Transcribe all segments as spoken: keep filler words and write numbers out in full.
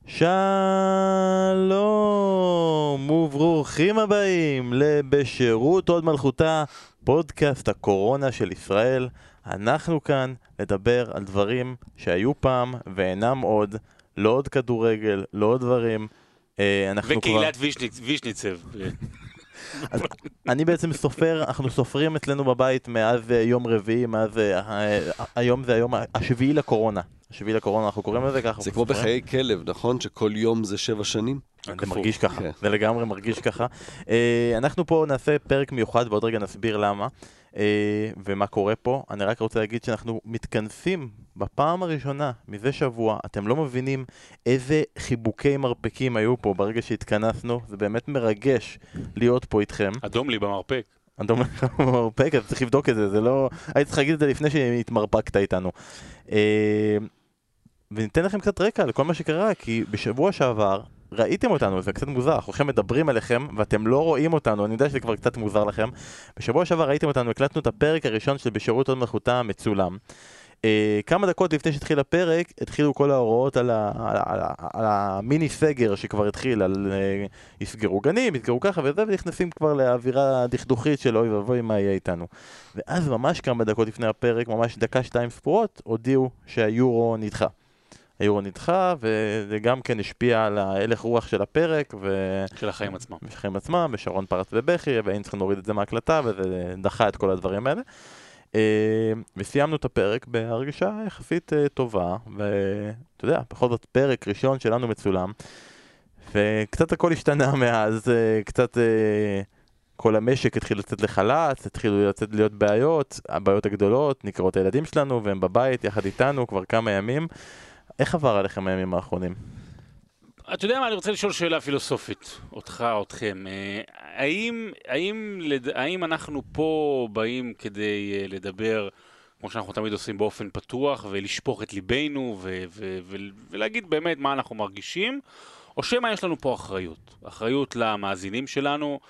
שלום וברוכים הבאים לבשירות עוד מלכותה, פודקאסט הקורונה של ישראל. אנחנו כאן לדבר על דברים שהיו פעם ואינם עוד, לא עוד כדורגל, לא עוד דברים. וקהילת וישניצב. אז אני בעצם סופר, אנחנו סופרים אצלנו בבית מאז יום רביעי, מאז היום זה היום השביעי לקורונה. השביעי לקורונה, אנחנו קוראים לזה ככה. זה כמו בחיי כלב, נכון? שכל יום זה שבע שנים? זה מרגיש ככה, זה לגמרי מרגיש ככה. אנחנו פה נעשה פרק מיוחד ועוד רגע נסביר למה ומה קורה פה. אני רק רוצה להגיד שאנחנו מתכנסים בפעם הראשונה מזה שבוע. אתם לא מבינים איזה חיבוקי מרפקים היו פה ברגע שהתכנסנו. זה באמת מרגש להיות פה איתכם. אדום לי במרפק. אדום לי במרפק, אז צריך לבדוק את זה. זה לא... הייתי צריך להגיד את זה לפני שהתמרפקת איתנו. וניתן לכם קצת רקע לכל מה שקרה, כי בשבוע שעבר ראיתם אותנו, זה קצת מוזר, אנחנו עכשיו מדברים עליכם ואתם לא רואים אותנו, אני יודע שזה כבר קצת מוזר לכם. בשבוע שעבר ראיתם אותנו, הקלטנו את הפרק הראשון של בשירות עוד מלכותה מצולם. אה, כמה דקות לפני שהתחיל הפרק, התחילו כל ההוראות על, ה, על, ה, על, ה, על המיני סגר שכבר התחיל, על אה, יסגרו גנים, יסגרו ככה וזה, ונכנסים כבר לאווירה דכדוכית של אוי ובוי מה יהיה איתנו. ואז ממש כמה דקות לפני הפרק, ממש דקה שתיים ספורות, הודיעו שהיורו נדחה. היורו נדחה, וזה גם כן השפיע על ההלך רוח של הפרק, ו... של החיים עצמם. של החיים עצמם, ושרון פרץ ובכי, והיינו צריכים להוריד את זה מהקלטה, וזה דחה את כל הדברים האלה. וסיימנו את הפרק בהרגשה יחסית טובה, ואתה יודע, בכל זאת פרק ראשון שלנו מצולם, וקצת הכל השתנה מאז, קצת כל המשק התחיל לצאת לחל"ת, התחילו לצאת להיות בעיות, הבעיות הגדולות, נקראות הילדים שלנו, והם בבית יחד איתנו כבר כמה ימים. איך עבר עליכם הימים האחרונים? אתה יודע מה, אני רוצה לשאול שאלה פילוסופית, אותך, אתכם. האם, האם, האם אנחנו פה באים כדי לדבר, כמו שאנחנו תמיד עושים באופן פתוח, ולשפוך את ליבנו, ו- ו- ו- ולהגיד באמת מה אנחנו מרגישים, או שמה יש לנו פה אחריות? אחריות למאזינים שלנו,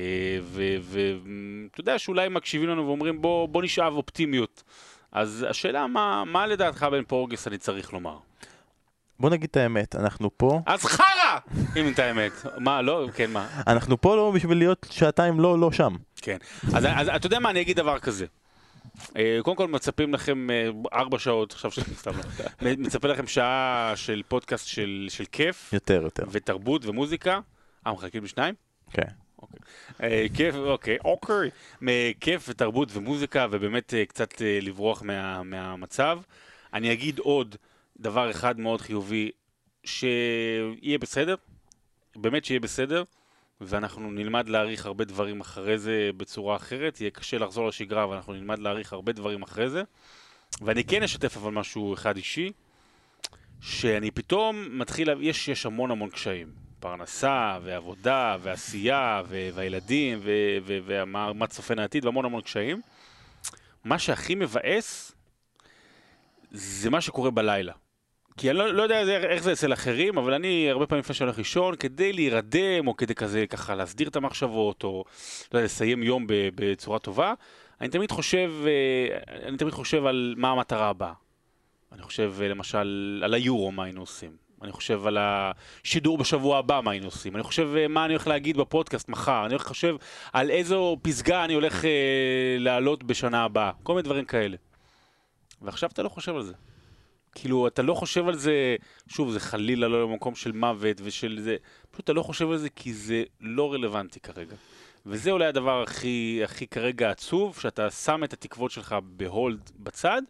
ואתה יודע שאולי מקשיבים לנו ואומרים בוא, בוא נשאב אופטימיות. אז השאלה מה, מה לדעתך בן פורגס אני צריך לומר? בוא נגיד את האמת, אנחנו פה... אז חרה! אם את האמת. מה, לא? כן, מה? אנחנו פה לא בשביל להיות שעתיים לא, לא שם. כן. אז, אז אתה יודע מה, אני אגיד דבר כזה. קודם כל מצפים לכם ארבע שעות, עכשיו סתם לא. מצפה לכם שעה של פודקאסט של, של כיף. יותר, יותר. ותרבות ומוזיקה. אה, מחלקים בשניים? כן. אוקיי. כיף, אוקיי, אוקיי. כיף ותרבות ומוזיקה, ובאמת קצת לברוח מה, מהמצב. אני אגיד עוד דבר אחד מאוד חיובי, שיהיה בסדר, באמת שיהיה בסדר, ואנחנו נלמד להעריך הרבה דברים אחרי זה בצורה אחרת, יהיה קשה לחזור לשגרה, אבל אנחנו נלמד להעריך הרבה דברים אחרי זה, ואני כן אשתף אבל משהו אחד אישי, שאני פתאום מתחיל, יש, יש המון המון קשיים, פרנסה ועבודה ועשייה והילדים ומה צופן העתיד והמון המון קשיים. מה שהכי מבאס זה מה שקורה בלילה. כי אני לא, לא יודע איך זה אצל אחרים, אבל אני הרבה פעמים לפני שהולך לישון, כדי להירדם, או כדי כזה ככה להסדיר את המחשבות, או לא יודע, לסיים יום בצורה טובה, אני תמיד חושב, אני תמיד חושב על מה המטרה הבאה. אני חושב למשל על היורו, מה היינו עושים. אני חושב על השידור בשבוע הבא, מה היינו עושים. אני חושב מה אני הולך להגיד בפודקאסט מחר. אני חושב על איזו פסגה אני הולך לעלות בשנה הבאה. כל מיני דברים כאלה. ועכשיו אתה לא חושב על זה. כאילו, אתה לא חושב על זה, שוב, זה חלילה לא למקום של מוות ושל זה, פשוט אתה לא חושב על זה כי זה לא רלוונטי כרגע. וזה אולי הדבר הכי, הכי כרגע עצוב, שאתה שם את התקוות שלך בהולד בצד,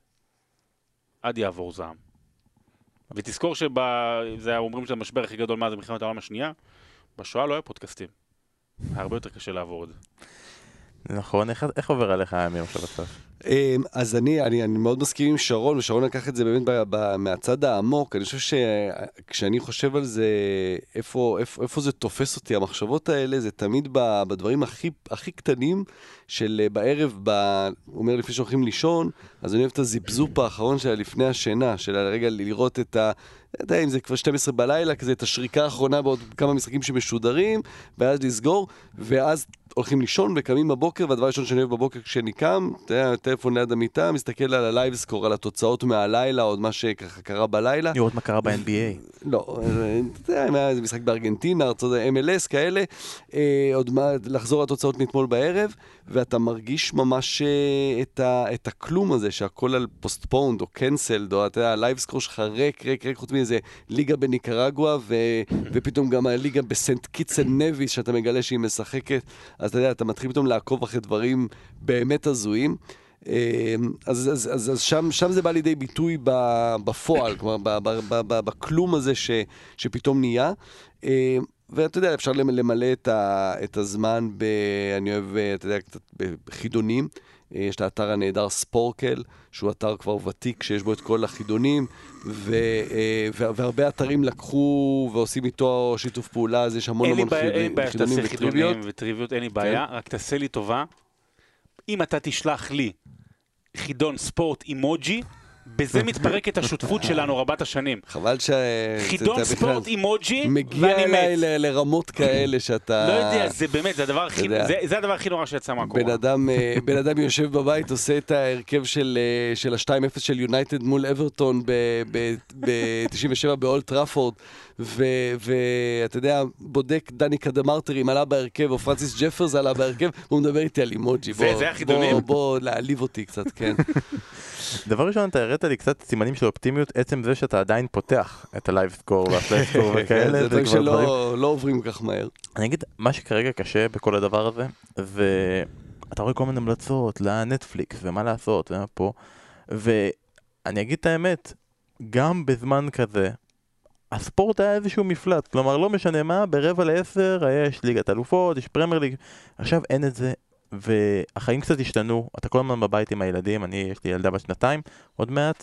עד יעבור זעם. ותזכור שזה אומרים שזה המשבר הכי גדול מה זה מלחמת העולם השנייה, בשואה לא היה פודקאסטים. היה הרבה יותר קשה לעבור את זה. נכון, איך, איך עובר עליך הימים עכשיו בסוף? אז אני, אני, אני מאוד מסכים עם שרון, ושרון לקח את זה באמת ב, ב, מהצד העמוק. אני חושב שכשאני חושב על זה, איפה, איפה, איפה זה תופס אותי, המחשבות האלה, זה תמיד ב, בדברים הכי, הכי קטנים של בערב, ב, הוא אומר לפני שהולכים לישון, אז אני אוהב את הזיפזופ האחרון שלה לפני השינה, של הרגע לראות את ה... אתה יודע, אם זה כבר שתים עשרה בלילה, כזה את השריקה האחרונה בעוד כמה משחקים שמשודרים, ואז לסגור, ואז הולכים לישון וקמים בבוקר, והדבר ראשון שאני אוהב בבוקר כשאני קם, אתה יודע, טלפון ליד המיטה, מסתכל על הלייב סקור, על התוצאות מהלילה, עוד מה שככה קרה בלילה. לראות מה קרה ב-אן בי איי. לא, אתה יודע, זה משחק בארגנטינה, ארצות אם אל אס כאלה, עוד מה, לחזור לתוצאות מאתמול בערב, ואתה מרגיש ממש את, ה, את הכלום הזה, שהכל על פוסטפונד או קנסלד, או אתה יודע, הלייב סקור שלך ריק, ריק, ריק, חוץ מאיזה ליגה בניקרגואה, ו, ופתאום גם הליגה בסנט קיטס אנד נביס, שאתה מגלה שהיא משחקת, אז אתה יודע, אתה מתחיל פתאום לעקוב אחרי דברים באמת הזויים, אז, אז, אז, אז שם, שם זה בא לידי ביטוי בפועל, כלומר, בכלום הזה ש, שפתאום נהיה, ואתה יודע, אפשר למלא את, ה, את הזמן, ב, אני אוהב, אתה יודע, קצת בחידונים, יש את האתר הנהדר ספורקל, שהוא אתר כבר ותיק, שיש בו את כל החידונים, ו, והרבה אתרים לקחו ועושים איתו שיתוף פעולה, אז יש המון המון חידונים וטריוויות. וטריוויות, אין לי בעיה, רק תעשה לי טובה. אם אתה תשלח לי חידון ספורט אימוג'י, בזה מתפרקת השותפות שלנו רבת השנים. חבל ש... חידון ספורט אימוג'י, ואני מת. מגיע אליי לרמות כאלה שאתה... לא יודע, זה באמת, זה הדבר הכי, זה הדבר הכי נורא שיצא מהקורה. בן אדם, בן אדם יושב בבית, עושה את ההרכב של ה-שתיים אפס של יונייטד מול אברטון ב-תשעים ושבע באולד טראפורד, ואתה יודע, בודק דני קדמרטרי, אם עלה בהרכב, או פרנסיס ג'פרס עלה בהרכב, והוא מדבר איתי על אימוג'י. זה החידונים? בוא להעליב אותי קצת, כן. דבר ראשון, אתה הראת לי קצת סימנים של אופטימיות, עצם זה שאתה עדיין פותח את הלייב סקור והפלייב סקור וכאלה. זה דברים שלא עוברים כך מהר. אני אגיד, מה שכרגע קשה בכל הדבר הזה, ואתה רואה כל מיני המלצות לנטפליקס ומה לעשות ומה פה, ואני אגיד את האמת, גם בזמן כזה, הספורט היה איזשהו מפלט, כלומר לא משנה מה, ברבע לעשר יש ליגת אלופות, יש פרמייר ליג, עכשיו אין את זה, והחיים קצת השתנו, אתה כל הזמן בבית עם הילדים, אני, יש לי ילדה בשנתיים, עוד מעט,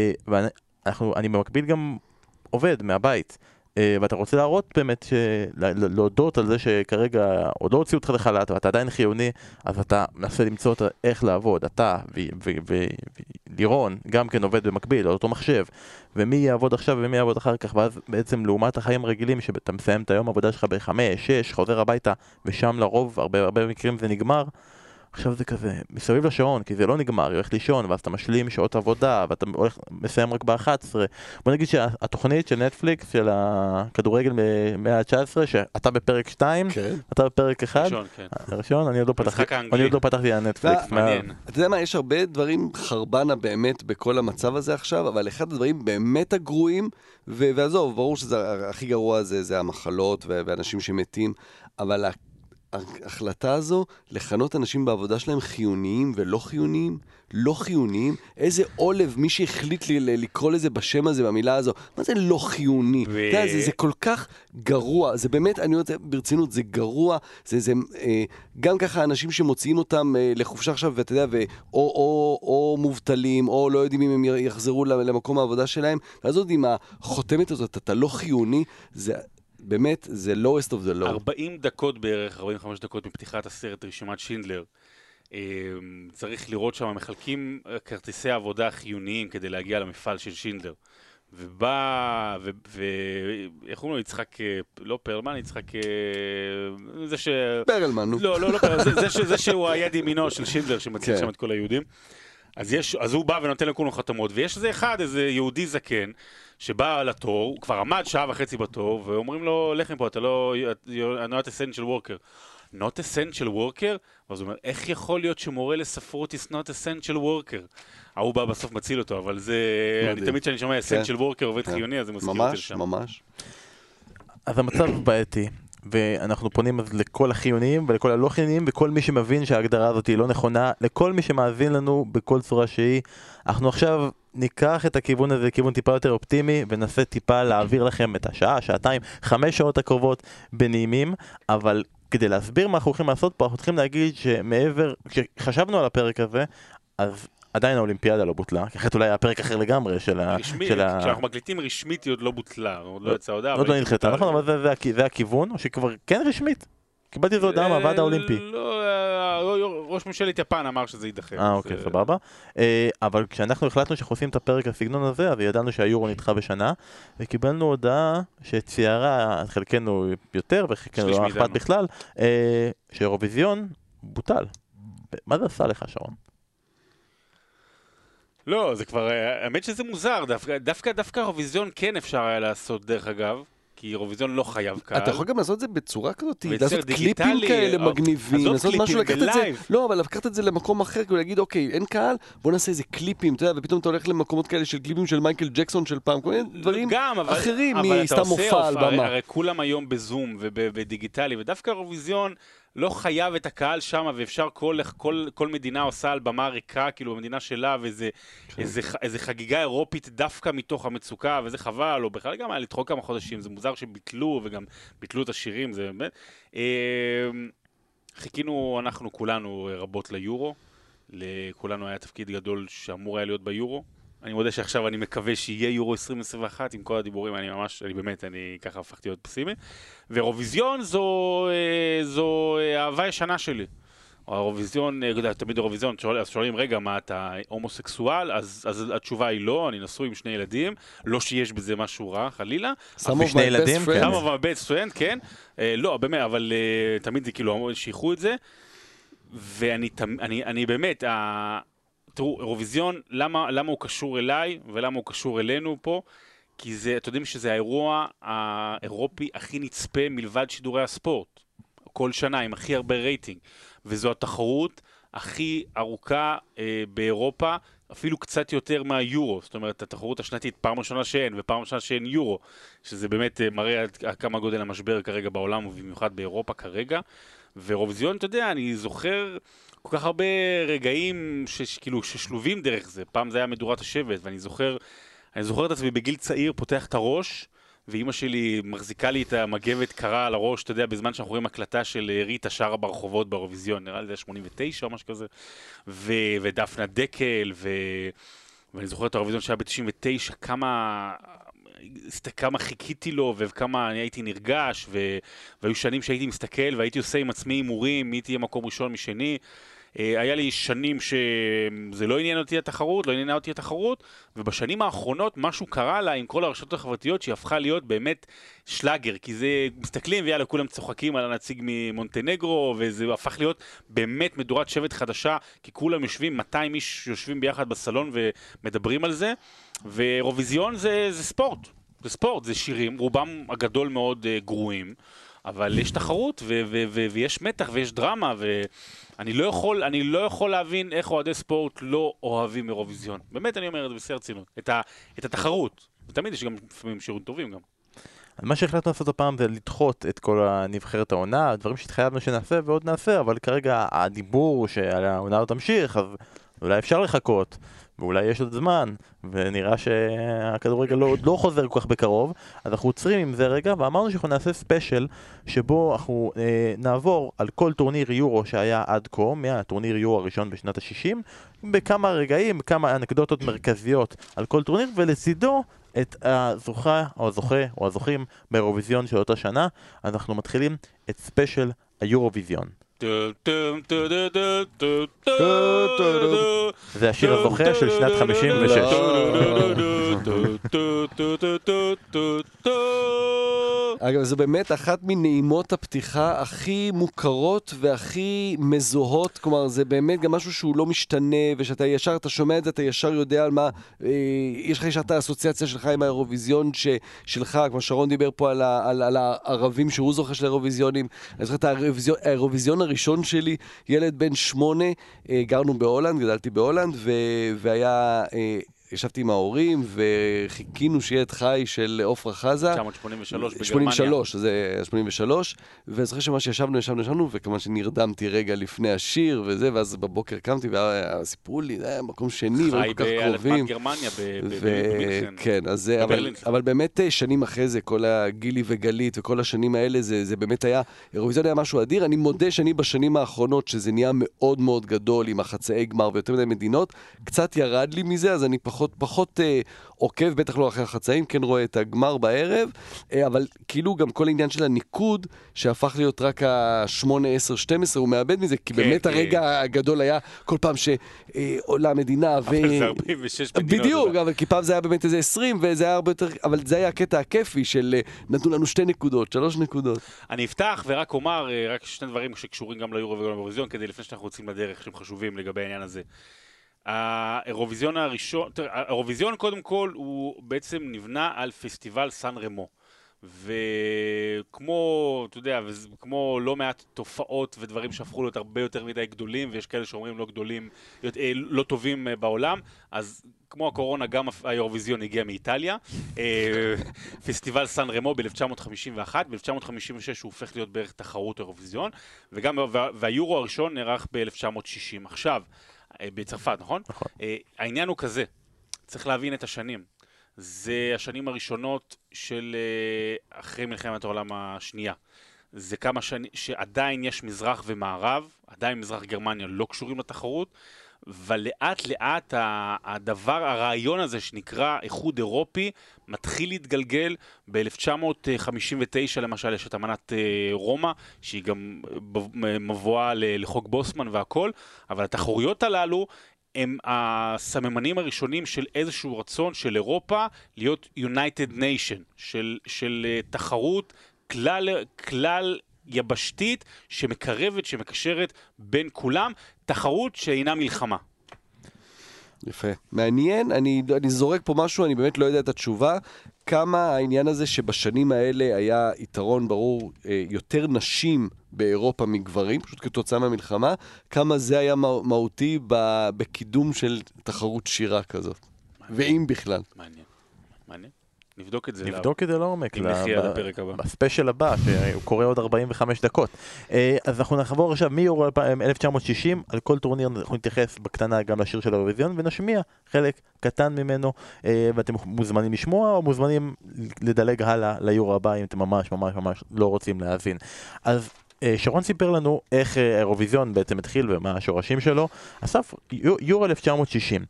ואני במקביל גם עובד מהבית, ואתה רוצה להראות באמת, להודות על זה שכרגע עוד לא הוציאו אותך לחל"ת, ואתה עדיין חיוני, אז אתה מנסה למצוא איך לעבוד, אתה ולירון גם כן עובד במקביל, על אותו מחשב, ומי יעבוד עכשיו ומי יעבוד אחר כך, ואז בעצם לעומת החיים הרגילים, שאתה מסיים את היום העבודה שלך בחמש, שש, חוזר הביתה, ושם לרוב, הרבה הרבה מקרים זה נגמר, עכשיו זה כזה, מסביב לשעון, כי זה לא נגמר, הולך לישון, ואז אתה משלים שעות עבודה, ואתה הולך, מסיים רק ב-אחת עשרה. בוא נגיד שהתוכנית של נטפליקס, של הכדורגל מאה ה-תשע עשרה, שאתה בפרק שתיים, כן. אתה בפרק אחד. ראשון, כן. ראשון, אני עוד לא פתחתי, אני עוד לא פתחתי על נטפליקס. מעניין. אתה יודע מה, יש הרבה דברים חרבנה באמת בכל המצב הזה עכשיו, אבל אחד הדברים באמת הגרועים, ועזוב, ברור שזה הכי גרוע זה, זה המחלות ואנשים שמתים, אבל ההחלטה הזו לכנות אנשים בעבודה שלהם חיוניים ולא חיוניים, לא חיוניים, איזה עולב מי שהחליט לי לקרוא לזה בשם הזה, במילה הזו, מה זה לא חיוני? ו... אתה יודע, זה, זה כל כך גרוע, זה באמת, אני רוצה ברצינות, זה גרוע, זה, זה אה, גם ככה אנשים שמוציאים אותם אה, לחופשה עכשיו, ואתה יודע, ו... או, או, או מובטלים, או לא יודעים אם הם יחזרו למקום העבודה שלהם, ואז עוד עם החותמת הזאת, אתה לא חיוני, זה... באמת, זה lowest of the low. ארבעים דקות בערך, ארבעים וחמש דקות מפתיחת הסרט רשימת שינדלר. צריך לראות שם, מחלקים כרטיסי עבודה חיוניים כדי להגיע למפעל של שינדלר. ובא, ואיך אומרים לו, יצחק, לא פרלמן, יצחק, זה ש... פרלמן, נו. לא, לא, לא פרלמן, זה שהוא היד ימינו של שינדלר שמציל שם את כל היהודים. אז, יש, אז הוא בא ונותן לכולנו חתמות, ויש איזה אחד, איזה יהודי זקן, שבא לתור, הוא כבר עמד שעה וחצי בתור, ואומרים לו, לך מפה, אתה לא, you're not essential worker. not essential worker? ואז הוא אומר, איך יכול להיות שמורה לספרות is not essential worker? הוא בא בסוף מציל אותו, אבל זה, אני תמיד שאני שומע essential worker עובד חיוני, אז זה מזכיר אותי לשם. ממש, ממש. אז המצב בעייתי. ואנחנו פונים אז לכל החיוניים ולכל הלא חיוניים, וכל מי שמבין שההגדרה הזאת היא לא נכונה, לכל מי שמאזין לנו בכל צורה שהיא. אנחנו עכשיו ניקח את הכיוון הזה, כיוון טיפה יותר אופטימי, וננסה טיפה להעביר לכם את השעה, שעתיים, חמש שעות הקרובות בנעימים, אבל כדי להסביר מה אנחנו הולכים לעשות פה, אנחנו צריכים להגיד שמעבר, כשחשבנו על הפרק הזה, אז עדיין האולימפיאדה לא בוטלה, כי אחרת אולי היה פרק אחר לגמרי של ה... רשמית, כשאנחנו מקליטים רשמית היא עוד לא בוטלה, עוד לא יצאה הודעה. עוד לא נדחתה, נכון, אבל זה הכיוון, או שכבר כן רשמית? קיבלתי איזו הודעה מהוועד האולימפי. לא, ראש ממשלת יפן אמר שזה יידחה. אה, אוקיי, סבבה. אבל כשאנחנו החלטנו שאנחנו עושים את הפרק הסגנון הזה, אז ידענו שהיורו נדחה בשנה, וקיבלנו הודעה שציירה חלקנו יותר, וחלקנו לא אכפת בכלל, שאירוויזיון בוטל. מה זה עשה לך, שרון? לא, זה כבר, האמת שזה מוזר, דווקא, דווקא, דווקא אירוויזיון כן אפשר היה לעשות דרך אגב, כי אירוויזיון לא חייב קהל. אתה יכול גם לעשות את זה בצורה כזאת, ויצר לעשות דיגיטלי, קליפים כאלה או- מגניבים, עזוב לעשות משהו, קליפים לקחת את זה, בלייב. לא, אבל לקחת את זה למקום אחר, כאילו להגיד, אוקיי, אין קהל, בוא נעשה איזה קליפים, אתה יודע, ופתאום אתה הולך למקומות כאלה של קליפים של מייקל ג'קסון של פעם, כל מיני דברים גם, אבל, אחרים אבל אתה מסתם עושה מופע על הופעה, הרי, במה. הרי כולם היום בזום ובדיגיטלי, ודווקא אירוויזיון לא חייב את הקהל שם, ואפשר כל, כל, כל מדינה עושה על במה ריקה, כאילו במדינה שלה, ואיזה איזה, איזה חגיגה אירופית דווקא מתוך המצוקה, וזה חבל, או בכלל גם היה לדחוק כמה חודשים, זה מוזר שביטלו, וגם ביטלו את השירים, זה באמת. חיכינו אנחנו כולנו רבות ליורו, לכולנו היה תפקיד גדול שאמור היה להיות ביורו. אני מודה שעכשיו אני מקווה שיהיה יורו עשרים עשרים ואחת עם כל הדיבורים, אני ממש, אני באמת, אני ככה הפכתי להיות פסימי. ואירוויזיון זו, זו אהבה ישנה שלי. האירוויזיון, תמיד אירוויזיון, אז שואלים, רגע, מה אתה הומוסקסואל? אז, אז התשובה היא לא, אני נשוי עם שני ילדים, לא שיש בזה משהו רע, חלילה. ושני ילדים, כן. Some of my best friend, כן. לא, באמת, אבל תמיד זה כאילו, שייכו את זה. ואני אני, אני באמת, תראו, אירוויזיון, למה, למה הוא קשור אליי ולמה הוא קשור אלינו פה? כי זה, אתם יודעים שזה האירוע האירופי הכי נצפה מלבד שידורי הספורט. כל שנה, עם הכי הרבה רייטינג. וזו התחרות הכי ארוכה אה, באירופה, אפילו קצת יותר מהיורו. זאת אומרת, התחרות השנתית, פעם ראשונה שאין, ופעם ראשונה שאין יורו. שזה באמת אה, מראה כמה גודל המשבר כרגע בעולם, ובמיוחד באירופה כרגע. ואירוויזיון, אתה יודע, אני זוכר כל כך הרבה רגעים שכאילו ששלובים דרך זה. פעם זה היה מדורת השבט, ואני זוכר, אני זוכר את עצמי בגיל צעיר פותח את הראש, ואימא שלי מחזיקה לי את המגבת קרה על הראש, אתה יודע, בזמן שאנחנו רואים הקלטה של ריטה שרה ברחובות באירוויזיון, נראה לי זה שמונים ותשע או משהו כזה, ו... ודפנה דקל, ו... ואני זוכר את האירוויזיון שהיה ב-תשעים ותשע, כמה... כמה חיכיתי לו וכמה אני הייתי נרגש, ו... והיו שנים שהייתי מסתכל והייתי עושה עם עצמי הימורים, מי תהיה מקום ראשון משני. היה לי שנים שזה לא עניין אותי התחרות, לא עניין אותי התחרות, ובשנים האחרונות משהו קרה לה עם כל הרשתות החברתיות שהיא הפכה להיות באמת שלאגר, כי זה מסתכלים ויאללה כולם צוחקים על הנציג ממונטנגרו, וזה הפך להיות באמת מדורת שבט חדשה, כי כולם יושבים, מאתיים איש יושבים ביחד בסלון ומדברים על זה, ואירוויזיון זה, זה ספורט, זה ספורט, זה שירים, רובם הגדול מאוד uh, גרועים, אבל יש תחרות ו- ו- ו- ויש מתח ויש דרמה, ואני לא יכול, אני לא יכול להבין איך אוהדי ספורט לא אוהבים אירוויזיון. באמת אני אומר את זה בשיא הרצינות, את, ה- את התחרות. ותמיד יש גם לפעמים שירים טובים גם. מה שהחלטנו לעשות הפעם זה לדחות את כל הנבחרת העונה, דברים שהתחייבנו שנעשה ועוד נעשה, אבל כרגע הדיבור שהעונה לא תמשיך, אז אולי אפשר לחכות. ואולי יש עוד זמן, ונראה שהכדורגל לא, עוד לא חוזר כל כך בקרוב, אז אנחנו עוצרים עם זה רגע, ואמרנו שאנחנו נעשה ספיישל, שבו אנחנו אה, נעבור על כל טורניר יורו שהיה עד כה, מהטורניר יורו הראשון בשנת ה-שישים, בכמה רגעים, כמה אנקדוטות מרכזיות על כל טורניר, ולצידו את הזוכה, או הזוכה, או הזוכים באירוויזיון של אותה שנה, אז אנחנו מתחילים את ספיישל היורוויזיון. זה השיר הזוכה של שנת חמישים ושש. אגב, זו באמת אחת מנעימות הפתיחה הכי מוכרות והכי מזוהות, כלומר, זה באמת גם משהו שהוא לא משתנה, ושאתה ישר, אתה שומע את זה, אתה ישר יודע על מה, אה, יש לך ישר את האסוציאציה שלך עם האירוויזיון ש, שלך, כמו שרון דיבר פה על, ה, על, על הערבים שהוא זוכה של האירוויזיונים, אני זוכר את האירוויזיון, האירוויזיון הראשון שלי, ילד בן שמונה, אה, גרנו בהולנד, גדלתי בהולנד, ו, והיה... אה, ישבתי עם ההורים וחיכינו שיהיה את חי של עופרה חזה. תשע מאות שמונים ושלוש בגרמניה. שמונים ושלוש, זה שמונים ושלוש, וזוכר שמה שישבנו, ישבנו, ישבנו, וכמובן שנרדמתי רגע לפני השיר וזה, ואז בבוקר קמתי וסיפרו לי, זה היה מקום שני, חי כל כך קרובים. באלפת גרמניה, במינכן. כן, אז אבל, אבל באמת שנים אחרי זה, כל הגילי וגלית וכל השנים האלה, זה, זה באמת היה, אירוויזיון היה משהו אדיר. אני מודה שאני בשנים האחרונות, שזה נהיה מאוד מאוד גדול עם החצאי גמר ויותר מדי מדינות, קצת ירד לי מזה, אז אני פחות, פחות אה, עוקב, בטח לא אחרי החצאים, כן רואה את הגמר בערב, אה, אבל כאילו גם כל העניין של הניקוד, שהפך להיות רק ה-שמונה, עשר, שתים עשרה, הוא מאבד מזה, כי כן, באמת כן. הרגע הגדול היה כל פעם שעולה המדינה, ו... אבל זה ארבעים ושש מדינות. בדיוק, אבל כי פעם זה היה באמת איזה עשרים, וזה היה הרבה יותר, אבל זה היה הקטע הכיפי של נתנו לנו שתי נקודות, שלוש נקודות. אני אפתח ורק אומר, רק שני דברים שקשורים גם ליורו וגם לאירוויזיון, כדי לפני שאנחנו רוצים לדרך, שהם חשובים לגבי העניין הזה. האירוויזיון הראשון, תראה, האירוויזיון קודם כל הוא בעצם נבנה על פסטיבל סן רמו. וכמו, אתה יודע, כמו לא מעט תופעות ודברים שהפכו להיות הרבה יותר מדי גדולים, ויש כאלה שאומרים לא גדולים, לא טובים בעולם, אז כמו הקורונה, גם האירוויזיון הגיע מאיטליה. פסטיבל סן רמו ב-אלף תשע מאות חמישים ואחת, ב-אלף תשע מאות חמישים ושש הוא הופך להיות בערך תחרות אירוויזיון, וגם, והיורו הראשון נערך ב-אלף תשע מאות שישים. עכשיו, בצרפת, נכון? נכון. העניין הוא כזה, צריך להבין את השנים. זה השנים הראשונות של אחרי מלחמת העולם השנייה. זה כמה שנים שעדיין יש מזרח ומערב, עדיין מזרח גרמניה לא קשורים לתחרות, ולאט לאט הדבר, הרעיון הזה שנקרא איחוד אירופי, מתחיל להתגלגל. ב-אלף תשע מאות חמישים ותשע למשל יש את אמנת רומא, שהיא גם מבואה לחוק בוסמן והכל, אבל התחרויות הללו הם הסממנים הראשונים של איזשהו רצון של אירופה להיות United Nation, של, של תחרות כלל, כלל יבשתית שמקרבת, שמקשרת בין כולם, תחרות שאינה מלחמה. יפה. מעניין, אני, אני זורק פה משהו, אני באמת לא יודע את התשובה, כמה העניין הזה שבשנים האלה היה יתרון ברור יותר נשים באירופה מגברים, פשוט כתוצאה מהמלחמה, כמה זה היה מהותי בקידום של תחרות שירה כזאת. מעניין. ואם בכלל. מעניין. מעניין. נבדוק את זה. נבדוק את זה לעומק. אם נחיה עד הפרק הבא. בספיישל הבא, שהוא קורה עוד ארבעים וחמש דקות. אז אנחנו נחבור עכשיו מיורו אלף תשע מאות שישים, על כל טורניר אנחנו נתייחס בקטנה גם לשיר של האירוויזיון, ונשמיע חלק קטן ממנו, ואתם מוזמנים לשמוע, או מוזמנים לדלג הלאה ליורו הבא, אם אתם ממש ממש ממש לא רוצים להאזין. אז שרון סיפר לנו איך האירוויזיון בעצם התחיל ומה השורשים שלו. אסף, יורו אלף תשע מאות שישים.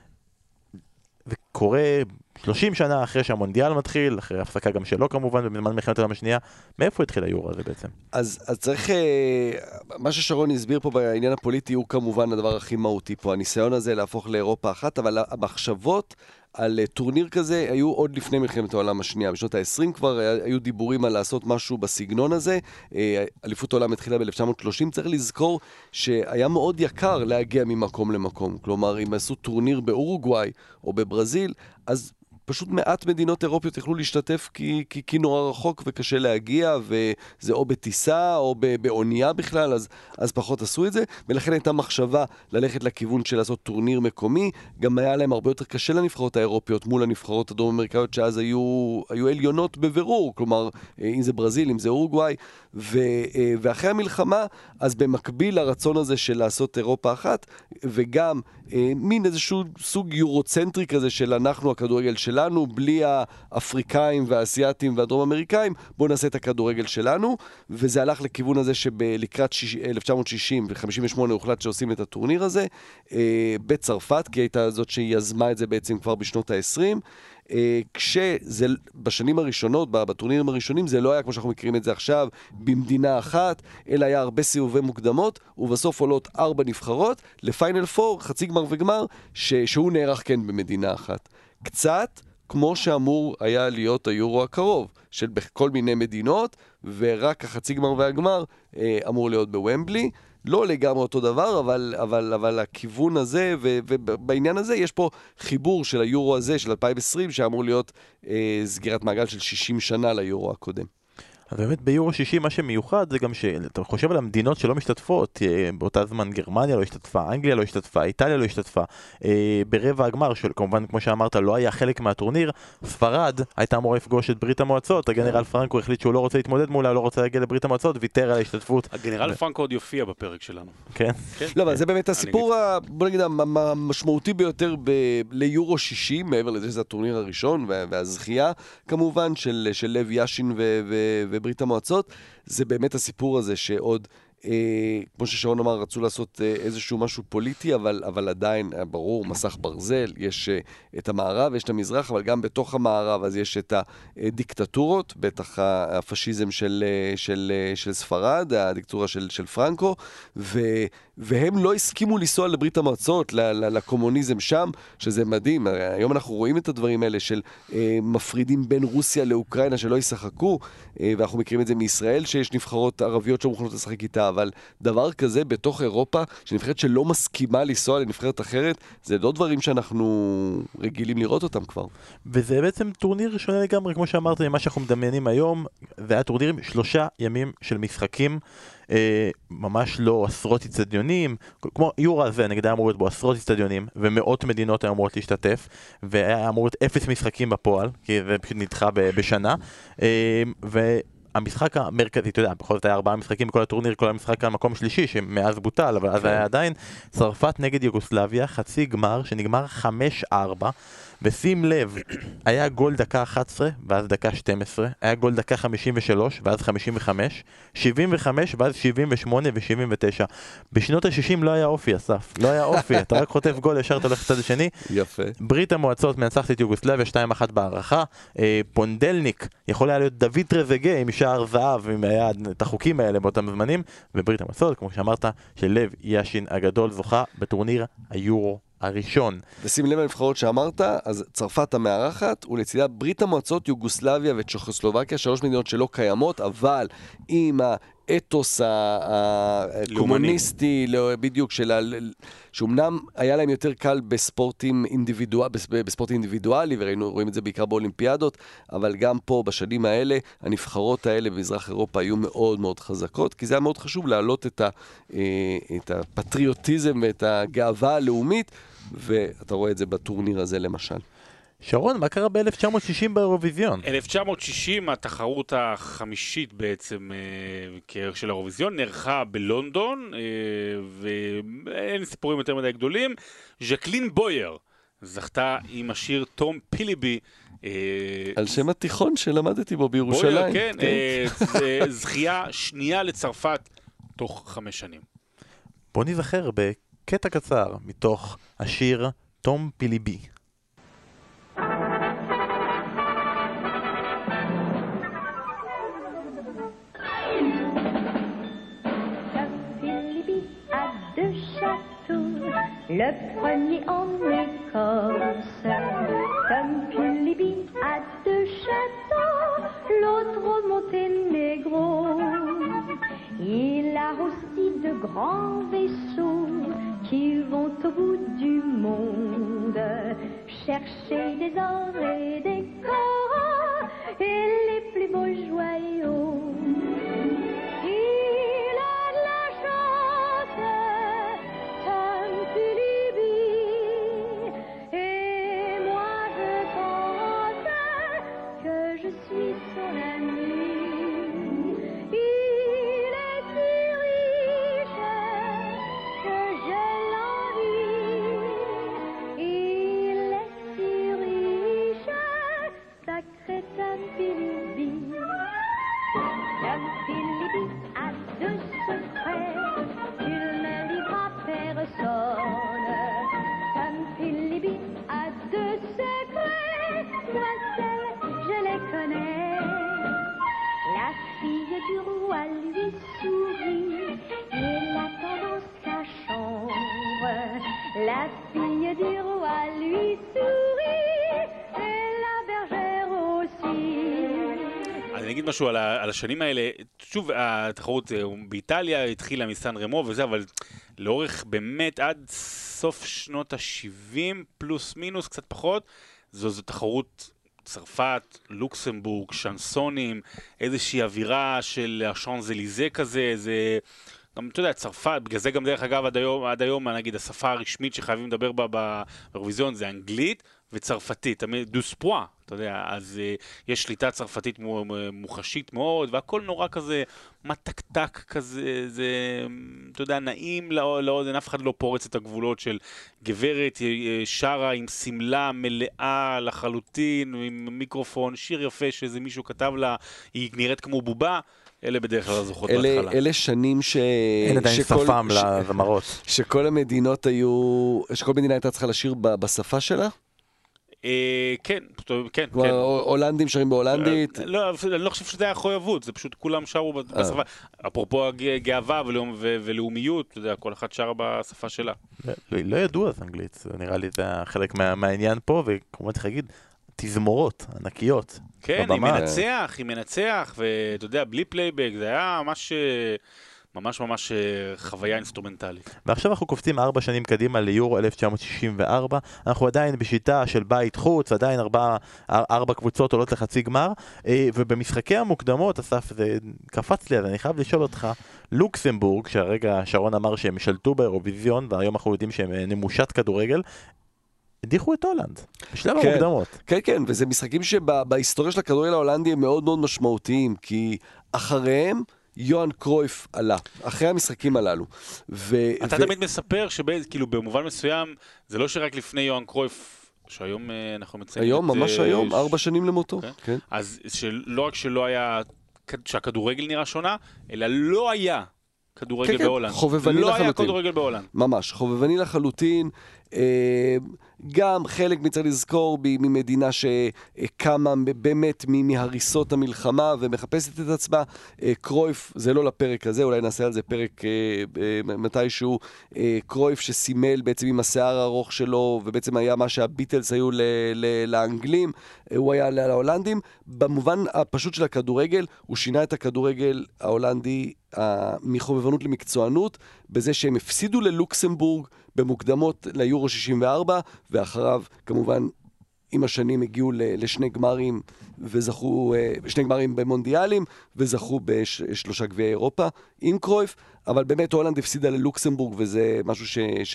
זה קורה שלושים שנה אחרי שהמונדיאל מתחיל, אחרי הפסקה גם שלו כמובן, ובזמן מלחמת העולם השנייה. מאיפה התחיל היורו הזה בעצם? אז, אז צריך, מה ששרון הסביר פה בעניין הפוליטי הוא כמובן הדבר הכי מהותי פה, הניסיון הזה להפוך לאירופה אחת, אבל המחשבות על טורניר כזה היו עוד לפני מלחמת העולם השנייה. בשנות ה-עשרים כבר היו דיבורים על לעשות משהו בסגנון הזה. אליפות העולם התחילה ב-אלף תשע מאות שלושים. צריך לזכור שהיה מאוד יקר להגיע ממקום למקום. כלומר, אם עשו טורניר באורוגוואי או בברזיל, אז פשוט מעט מדינות אירופיות יכלו להשתתף כי, כי, כי נורא רחוק וקשה להגיע, וזה או בטיסה או באונייה בכלל, אז, אז פחות עשו את זה, ולכן הייתה מחשבה ללכת לכיוון של לעשות טורניר מקומי. גם היה להם הרבה יותר קשה לנבחרות האירופיות מול הנבחרות הדרום אמריקאיות שאז היו, היו עליונות בבירור, כלומר אם זה ברזיל, אם זה אורוגוואי, ו, ואחרי המלחמה, אז במקביל לרצון הזה של לעשות אירופה אחת, וגם מין איזשהו סוג יורוצנטרי כזה של אנחנו הכדורגל שלנו, בלי האפריקאים והאסיאטים והדרום אמריקאים, בואו נעשה את הכדורגל שלנו, וזה הלך לכיוון הזה שבלקראת אלף תשע מאות שישים ו-חמישים ושמונה הוחלט שעושים את הטורניר הזה, בצרפת, כי הייתה זאת שיזמה את זה בעצם כבר בשנות ה-עשרים, כשזה בשנים הראשונות, בטורנירים הראשונים, זה לא היה כמו שאנחנו מכירים את זה עכשיו, במדינה אחת, אלא היה הרבה סיבובי מוקדמות, ובסוף עולות ארבע נבחרות, לפיינל פור, חצי גמר וגמר, ש- שהוא נערך כן במדינה אחת. קצת כמו שאמור היה להיות היורו הקרוב, של בכל מיני מדינות, ורק החצי גמר והגמר אה, אמור להיות בוומבלי. לא לגמרי אותו דבר, אבל, אבל, אבל הכיוון הזה, ו, ובעניין הזה יש פה חיבור של היורו הזה, של אלפיים ועשרים, שאמור להיות אה, סגירת מעגל של שישים שנה ליורו הקודם. אז באמת ביורו שישים מה שמיוחד זה גם שאתה חושב על המדינות שלא משתתפות, באותה זמן גרמניה לא השתתפה, אנגליה לא השתתפה, איטליה לא השתתפה, ברבע הגמר של כמובן כמו שאמרת לא היה חלק מהטורניר, ספרד הייתה אמורה לפגוש את ברית המועצות, הגנרל פרנקו החליט שהוא לא רוצה להתמודד מולה, לא רוצה להגיע לברית המועצות, ויתר על ההשתתפות. הגנרל פרנקו עוד יופיע בפרק שלנו. כן? לא, אבל זה באמת הסיפור, בוא נגיד, המשמעותי ביותר ליורו שישים, מעבר לזה שזה הטורניר הראשון והזכייה כמובן של לב יאשין ו ברית המועצות, זה באמת הסיפור הזה שעוד, אה, כמו ששרון אמר, רצו לעשות אה, איזשהו משהו פוליטי, אבל, אבל עדיין, ברור, מסך ברזל, יש אה, את המערב, יש את המזרח, אבל גם בתוך המערב, אז יש את הדיקטטורות, בטח הפשיזם של, של, של ספרד, הדיקטטורה של, של פרנקו, ו... והם לא הסכימו לנסוע לברית המועצות, לקומוניזם שם, שזה מדהים. היום אנחנו רואים את הדברים האלה של אה, מפרידים בין רוסיה לאוקראינה שלא ישחקו, אה, ואנחנו מכירים את זה מישראל, שיש נבחרות ערביות שמוכנות לשחק איתה, אבל דבר כזה בתוך אירופה, שנבחרת שלא מסכימה לנסוע לנבחרת אחרת, זה לא דברים שאנחנו רגילים לראות אותם כבר. וזה בעצם טורניר שונה לגמרי, כמו שאמרת, ממה שאנחנו מדמיינים היום, זה היה טורניר עם שלושה ימים של משחקים, אה, ממש לא עשרות אצטדיונים, כמו יורו הזה, נגד היה אמור להיות בו עשרות אצטדיונים, ומאות מדינות היו אמורות להשתתף, והיה אמור להיות אפס משחקים בפועל, כי זה פשוט נדחה ב- בשנה, אה, ו... המשחק המרכזי, אתה יודע, בכל זאת היה ארבעה משחקים בכל הטורניר, כל המשחק על מקום שלישי, שמאז בוטל, אבל אז היה עדיין צרפת נגד יוגוסלביה, חצי גמר, שנגמר חמש ארבע, ושים לב, היה גול דקה אחת עשרה, ואז דקה שתים עשרה, היה גול דקה חמישים ושלוש, ואז חמישים וחמש, שבעים וחמש, ואז שבעים ושמונה ו-שבעים ותשע. בשנות ה-שישים לא היה אופי, אסף, לא היה אופי, אתה רק חוטף גול, ישר אתה הולך לצד השני. יפה. ברית המועצות מנצחת את יוגוסלביה, שתיים אחת בהערכה, אה, פונדלניק, יכול היה להיות דוד טרזגה עם שער זהב, עם היה את החוקים האלה באותם זמנים, וברית המועצות, כמו שאמרת, של לב יאשין הגדול זוכה בטורניר היורו הראשון. ושים לב לנבחרות שאמרת, אז צרפת המארחת, ולצידה ברית המועצות, יוגוסלביה וצ'כוסלובקיה, שלוש מדינות שלא קיימות, אבל עם האתוס הקומוניסטי, בדיוק, שאומנם היה להם יותר קל בספורטים אינדיבידואלי, בספורט אינדיבידואלי, ורואים את זה בעיקר באולימפיאדות, אבל גם פה, בשנים האלה, הנבחרות האלה במזרח אירופה היו מאוד מאוד חזקות, כי זה היה מאוד חשוב להעלות את, ה, את הפטריוטיזם ואת הגאווה הלאומית, ואתה רואה את זה בטורניר הזה למשל. שרון, מה קרה ב-אלף תשע מאות שישים באירוויזיון? אלף תשע מאות שישים, התחרות החמישית בעצם של האירוויזיון, נערכה בלונדון, ואין סיפורים יותר מדי גדולים. ז'קלין בויר זכתה עם השיר תום פיליבי. על שם התיכון שלמדתי בו בירושלים. בויר, כן, זכייה שנייה לצרפת תוך חמש שנים. בוא נזכר בקטע קצר מתוך השיר תום פיליבי. Le premier en Écosse, Tom Pliby a deux châteaux, l'autre au Monténégro. Il a aussi de grands vaisseaux qui vont au bout du monde chercher des ors et des coraux et les plus beaux joyaux. La fille du roi lui sourit et la bergère aussi. אני אגיד משהו על, ה, על השנים האלה. שוב, התחרות באיטליה התחילה מסן רמו וזה, אבל לאורך באמת עד סוף שנות ה-שבעים פלוס מינוס, קצת פחות, זו, זו תחרות צרפת, לוקסמבורג, שנסונים, איזושהי אווירה של השאנזליזה כזה, זה... גם, אתה יודע, צרפת, בגלל זה גם דרך אגב עד היום, עד היום, נגיד, השפה הרשמית שחייבים לדבר בה באירוויזיון זה אנגלית וצרפתית, דוספואה, אתה יודע, אז uh, יש שליטה צרפתית מוחשית מאוד, והכל נורא כזה מתקתק כזה, זה, אתה יודע, נעים לאוזן, אף אחד לא פורץ את הגבולות של גברת שרה עם סמלה מלאה לחלוטין, עם מיקרופון, שיר יפה שזה מישהו כתב לה, היא נראית כמו בובה, אלה בדרך כלל זוכות בהתחלה. אלה שנים ש... אין עדיין שפם לזמרות. שכל המדינות היו... שכל מדינה הייתה צריכה לשיר בשפה שלה? אה, כן, כן, כן. כלומר, הולנדים שרים בהולנדית. לא, אני לא חושב שזה היה חויבות, זה פשוט כולם שרו בשפה. אפרופו גאווה ולאומיות, אתה יודע, כל אחד שר בשפה שלה. לא ידעו אז אנגלית, נראה לי זה חלק מהעניין פה, וכמובן צריך להגיד, תזמורות ענקיות. כן, היא מנצח, היא מנצח, ואתה יודע, בלי פלייבק, זה היה ממש... ממש ממש חוויה אינסטרומנטלית. ועכשיו אנחנו קופצים ארבע שנים קדימה ליורו אלף תשע מאות שישים וארבע, אנחנו עדיין בשיטה של בית חוץ, עדיין ארבע, ארבע קבוצות עולות לחצי גמר, ובמשחקי המוקדמות, אסף, זה קפץ לי, אז אני חייב לשאול אותך, לוקסמבורג, שהרגע שרון אמר שהם שלטו באירוויזיון, והיום אנחנו יודעים שהם נמושת כדורגל, הדיחו את הולנד, בשלב כן, המוקדמות. כן, כן, וזה משחקים שבהיסטוריה של הכדורגל ההולנדי הם מאוד מאוד משמעותיים, כי אחריהם יוהאן קרויף עלה, אחרי המשחקים הללו. ו- אתה ו- תמיד מספר שכאילו במובן מסוים, זה לא שרק לפני יוהאן קרויף, שהיום אנחנו מציינים... היום, את, ממש היום, ש... ארבע שנים למותו. כן. כן. אז לא רק שלא היה, שהכדורגל נראה שונה, אלא לא היה כדורגל כן, בהולנד. כן, חובבני לא לחלוטין. היה כדורגל בהולנד. ממש, חובבני לחלוטין. אה, גם חלק מצריך לזכור ממדינה שקמה באמת מהריסות המלחמה ומחפשת את עצמה. אה, קרויף, זה לא לפרק הזה, אולי נעשה על זה פרק אה, אה, מתישהו. אה, קרויף שסימל בעצם עם השיער הארוך שלו, ובעצם היה מה שהביטלס היו ל- ל- לאנגלים, אה, הוא היה להולנדים. במובן הפשוט של הכדורגל, הוא שינה את הכדורגל ההולנדי מחובבנות למקצוענות, בזה שהם הפסידו ללוקסמבורג במוקדמות ליורו שישים וארבע, ואחריו כמובן עם השנים הגיעו לשני גמרים וזכו, שני גמרים במונדיאלים, וזכו בשלושה גביעי אירופה עם קרויף, אבל באמת הולנד הפסידה ללוקסמבורג, וזה משהו ש... ש...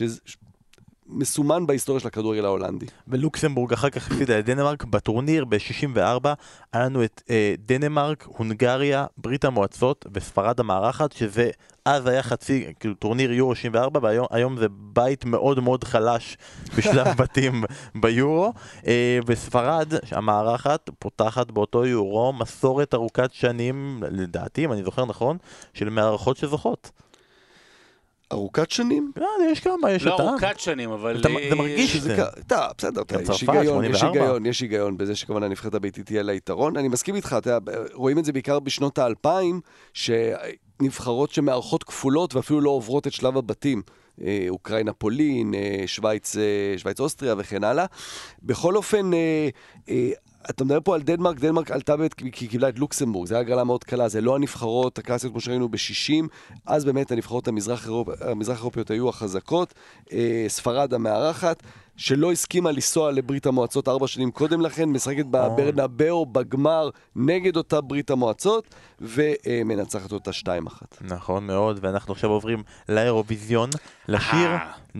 מסומן בהיסטוריה של הכדורגל ההולנדי. ולוקסמבורג אחר כך הפסידה לדנמרק בטורניר ב-שישים וארבע, היה לנו את אה, דנמרק, הונגריה, ברית המועצות וספרד המארחת, שזה אז היה חצי, כאילו טורניר יורו שישים וארבע, והיום זה בית מאוד מאוד חלש בשלב בתים ביורו, אה, וספרד המארחת פותחת באותו יורו מסורת ארוכת שנים, לדעתי, אם אני זוכר נכון, של מארחות שזוכות. ארוכת שנים? לא, יש כמה, יש אותה. לא ארוכת שנים, אבל... זה מרגיש שזה. בסדר, יש היגיון, יש היגיון, יש היגיון בזה שכמובן הנבחרת הביתית תהיה לה יתרון. אני מסכים איתך, רואים את זה בעיקר בשנות האלפיים, שנבחרות שמארחות כפולות ואפילו לא עוברות את שלב הבתים. אוקראינה, פולין, שוויץ, שוויץ אוסטריה וכן הלאה. בכל אופן, אתה מדבר פה על דנמרק, דנמרק עלתה בית כי היא קיבלה את לוקסמבורג, זה היה הגרלה מאוד קלה, זה לא הנבחרות הקלאסיות כמו שראינו ב-שישים, אז באמת הנבחרות המזרח אירופיות היו החזקות, ספרד המארחת, שלא הסכימה לנסוע לברית המועצות ארבע שנים קודם לכן, משחקת בברנבאו בגמר נגד אותה ברית המועצות, ומנצחת אותה שתיים אחת. נכון מאוד, ואנחנו עכשיו עוברים לאירוויזיון, לשיר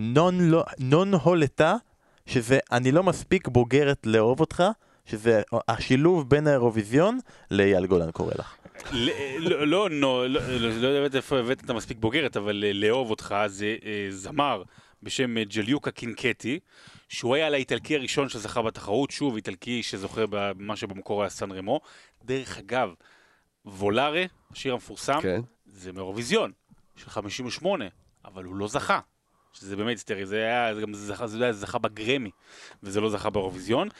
נון הולטה, שזה אני לא מספיק בוגרת לאהוב אותך, שזה השילוב בין האירוויזיון לאייל גולן קורא לך. לא, לא, לא יודעת איפה הבאת את המספיק בוגרת, אבל לאהוב אותך זה זמר בשם ג'ליוקה קינקטי, שהוא היה לאיטלקי הראשון שזכה בתחרות, שוב איטלקי שזוכה במה שבמקור היה סן רמו. דרך אגב, וולארה, השיר המפורסם, זה מאירוויזיון של חמישים ושמונה, אבל הוא לא זכה. שזה באמת היסטרי, זה היה, זה גם זכה, זה היה, זה זכה בגרמי, וזה לא זכה באירוויזיון.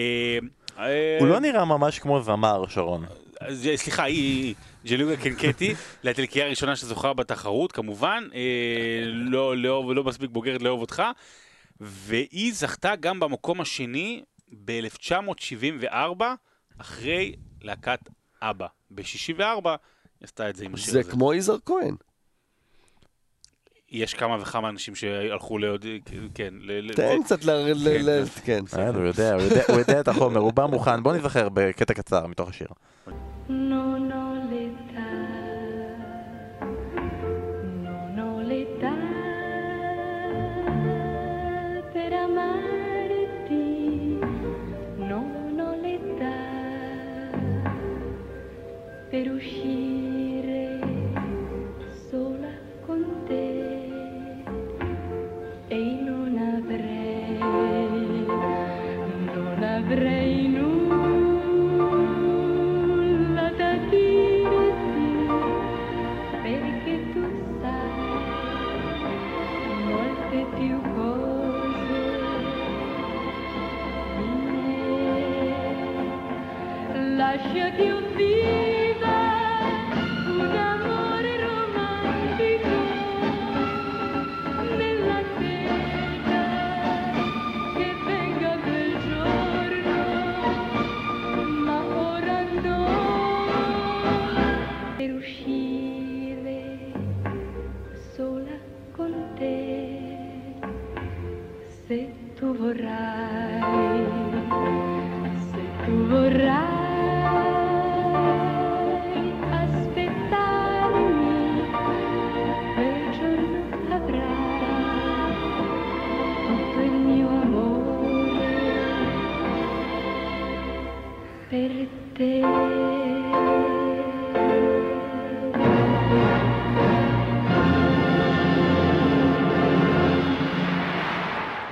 הוא לא נראה ממש כמו זמר, שרון. סליחה, היא ג'ליוקה קינקטי, לאיטלקייה הראשונה שזוכה בתחרות, כמובן, לא, לא, לא מספיק בוגרת לאהוב אותך, והיא זכתה גם במקום השני ב-אלף תשע מאות שבעים וארבע, אחרי להקת אבא. ב-שישים וארבע היא עשתה את זה עם השיר הזה. זה כמו יזהר כהן. יש כמה וכמה אנשים שהלכו לעוד, כן. תן קצת ל... כן. הוא יודע, הוא יודע את החומר, הוא בא מוכן. בוא נזכר בקטע קצר מתוך השיר. Per uscire sola con te e non avrei, non avrei nulla da dirti, perché tu sai molte più cose di me.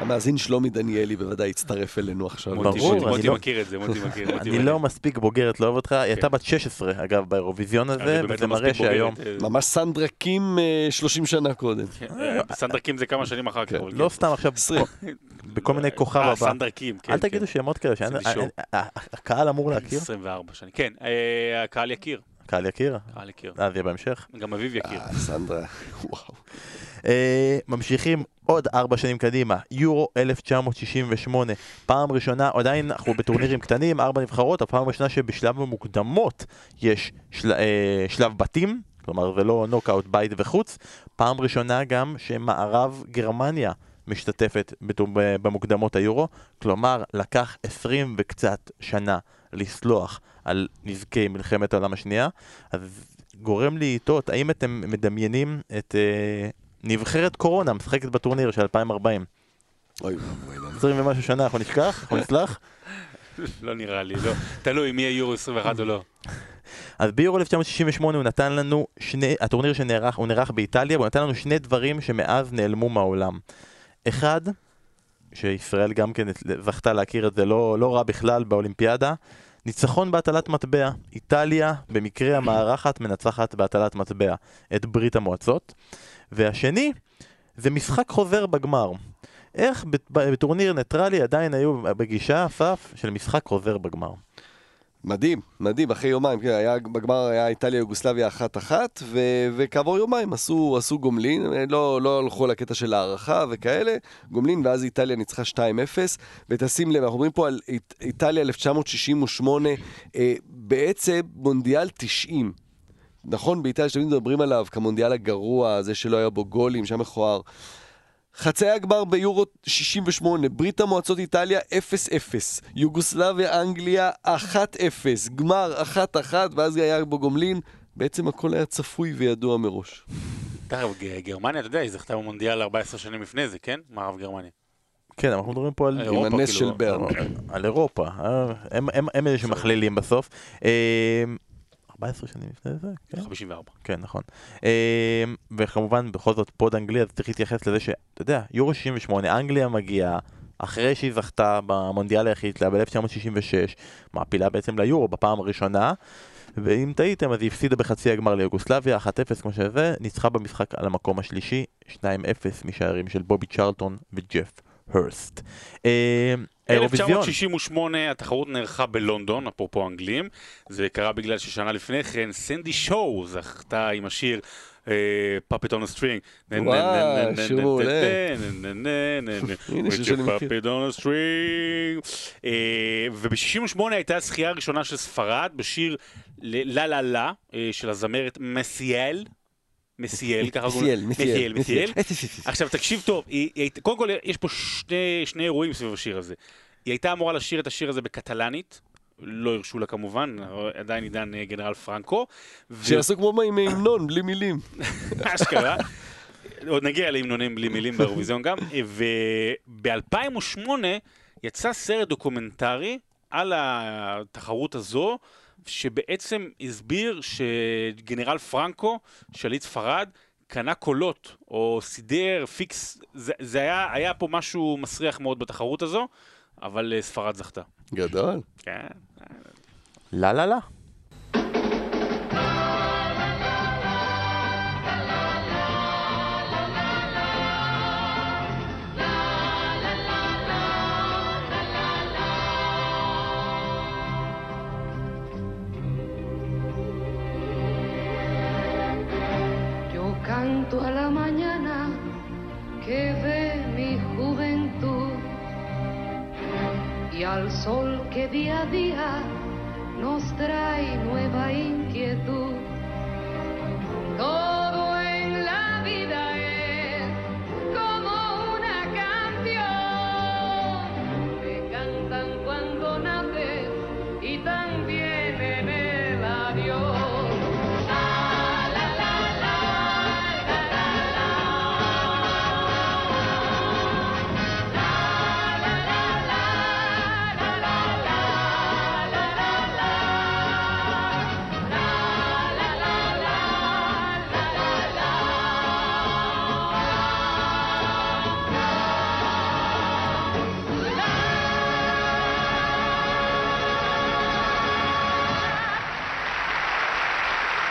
המאזין שלומי דניאלי בוודאי יצטרף אלינו עכשיו. ברור, מוטי, אני מוטי לא- מכיר את זה, מוטי מכיר. מוטי אני מכיר. לא מספיק בוגרת לאהוב אותך, היא הייתה בת שש עשרה אגב באירוויזיון הזה, אני באמת וזה לא מראה מספיק שהיום... בוגרת, אה, ממש סנדרה קים אה, שלושים שנה קודם. אה, סנדרקים זה כמה שנים אחר כך. אבל לא כן. סתם עכשיו עשרים. בכל מיני כוכב אה, הבא. סנדרקים, כן. אל כן. תגידו שמות כאלה, שאין- עשיתי שואו. אה, אה, הקהל אמור להכיר? עשרים וארבע שנים. כן, אה, הקהל יכיר. הקהל יכיר? הקהל יכיר. אז יהיה בהמשך. גם אביב יכיר. אה, סנדרה, וואו. אה, ממשיכים עוד ארבע שנים קדימה, יורו אלף תשע מאות שישים ושמונה, פעם ראשונה, עדיין אנחנו בטורנירים קטנים, ארבע נבחרות, הפעם ראשונה שבשלב המוקדמות יש של, אה, שלב בתים, כלומר זה לא נוקאוט בית וחוץ, פעם ראשונה גם שמערב גרמניה משתתפת בטור- במוקדמות היורו, כלומר לקח עשרים וקצת שנה לסלוח על נזקי מלחמת העולם השנייה, אז גורם לי איתות, האם אתם מדמיינים את אה, נבחרת קורונה משחקת בטורניר של אלפיים וארבעים? אוי, אוי, אוי. עשרים ומשהו שנה, אנחנו נשכח? אנחנו נסלח? לא נראה לי, לא. תלוי אם יהיה יורו עשרים ואחת או לא. אז ביורו אלף תשע מאות שישים ושמונה הוא נתן לנו שני, הטורניר שנערך, הוא נערך באיטליה, והוא נתן לנו שני דברים שמאז נעלמו מהעולם. אחד, שישראל גם כן זכתה להכיר את זה לא, לא רע בכלל באולימפיאדה, ניצחון בהטלת מטבע. איטליה במקרה המארחת מנצחת בהטלת מטבע את ברית המועצות. והשני, זה משחק חוזר בגמר. איך בטורניר ניטרלי עדיין היו בגישה אסף של משחק חוזר בגמר? מדהים, מדהים, אחרי יומיים, כן, היה, בגמר היה איטליה יוגוסלביה אחת אחת, ו, וכעבור יומיים עשו, עשו גומלין, לא, לא הלכו לקטע של הערכה וכאלה, גומלין, ואז איטליה ניצחה שתיים אפס, ותשים לב, אנחנו מדברים פה על אית, איטליה אלף תשע מאות שישים ושמונה, אה, בעצם מונדיאל תשעים, נכון, באיטליה שאתם מדברים עליו, כמונדיאל הגרוע, זה שלא היה בו גולים, שהיה מכוער, חצי הגמר ביורו שישים ושמונה, ברית המועצות איטליה אפס אפס, יוגוסלביה אנגליה אחת אפס, גמר אחת אחת, ואז היה בו גומלין, בעצם הכל היה צפוי וידוע מראש. תכף, גרמניה, אתה יודע, היא זכתה במונדיאל ארבע עשרה שנים לפני זה, כן? מערב גרמניה. כן, אנחנו מדברים פה על... אירופה, עם הנס כאילו, של ברן. על אירופה, הם, הם, הם אלה שמכלילים בסוף. אה, ארבע עשרה שנים לפני זה? כן, חמישים וארבע. כן, נכון. אה, וכמובן, בכל זאת, פוד אנגליה, אז צריך להתייחס לזה שאתה יודע, יורו שישים ושמונה, אנגליה מגיעה, אחרי שהיא זכתה במונדיאל היחיד שלה ב-אלף תשע מאות שישים ושש, מעפילה בעצם ליורו בפעם הראשונה, ואם טעיתם, אז היא הפסידה בחצי הגמר ליוגוסלביה, אחת אפס כמו שזה, ניצחה במשחק על המקום השלישי, שתיים אפס משערים של בובי צ'רלטון וג'ף הרסט. אה, אלף תשע מאות שישים ושמונה התחרות נערכה בלונדון, אפרופו אנגלים, זה קרה בגלל ששנה לפני כן סנדי שואו זכתה עם השיר Puppet on a String. וואו, שיר מעולה. With your puppet on a string. וב-שישים ושמונה הייתה הזכייה הראשונה של ספרד בשיר לה לה לה של הזמרת מסיאל. מסיאל, ככה מסיאל, מסיאל, מסיאל. עכשיו תקשיב טוב, היא, היא, קודם כל יש פה שני, שני אירועים סביב השיר הזה. היא הייתה אמורה לשיר את השיר הזה בקטלנית, לא הרשו לה כמובן, עדיין עידן גנרל פרנקו. שיעשו כמו עם המנון, בלי מילים. אשכרה. עוד נגיע להמנונים בלי מילים באירוויזיון גם. וב-אלפיים ושמונה יצא סרט דוקומנטרי על התחרות הזו, שבעצם הסביר שגנרל פרנקו, שליט ספרד, קנה קולות, או סידר, פיקס, זה, זה היה, היה פה משהו מסריח מאוד בתחרות הזו, אבל ספרד זכתה. גדול. כן. לה לה לה. Canto a la mañana que ve mi juventud y al sol que día a día nos trae nueva inquietud. Todo en la vida es como una canción que cantan cuando naces y también en el adiós. La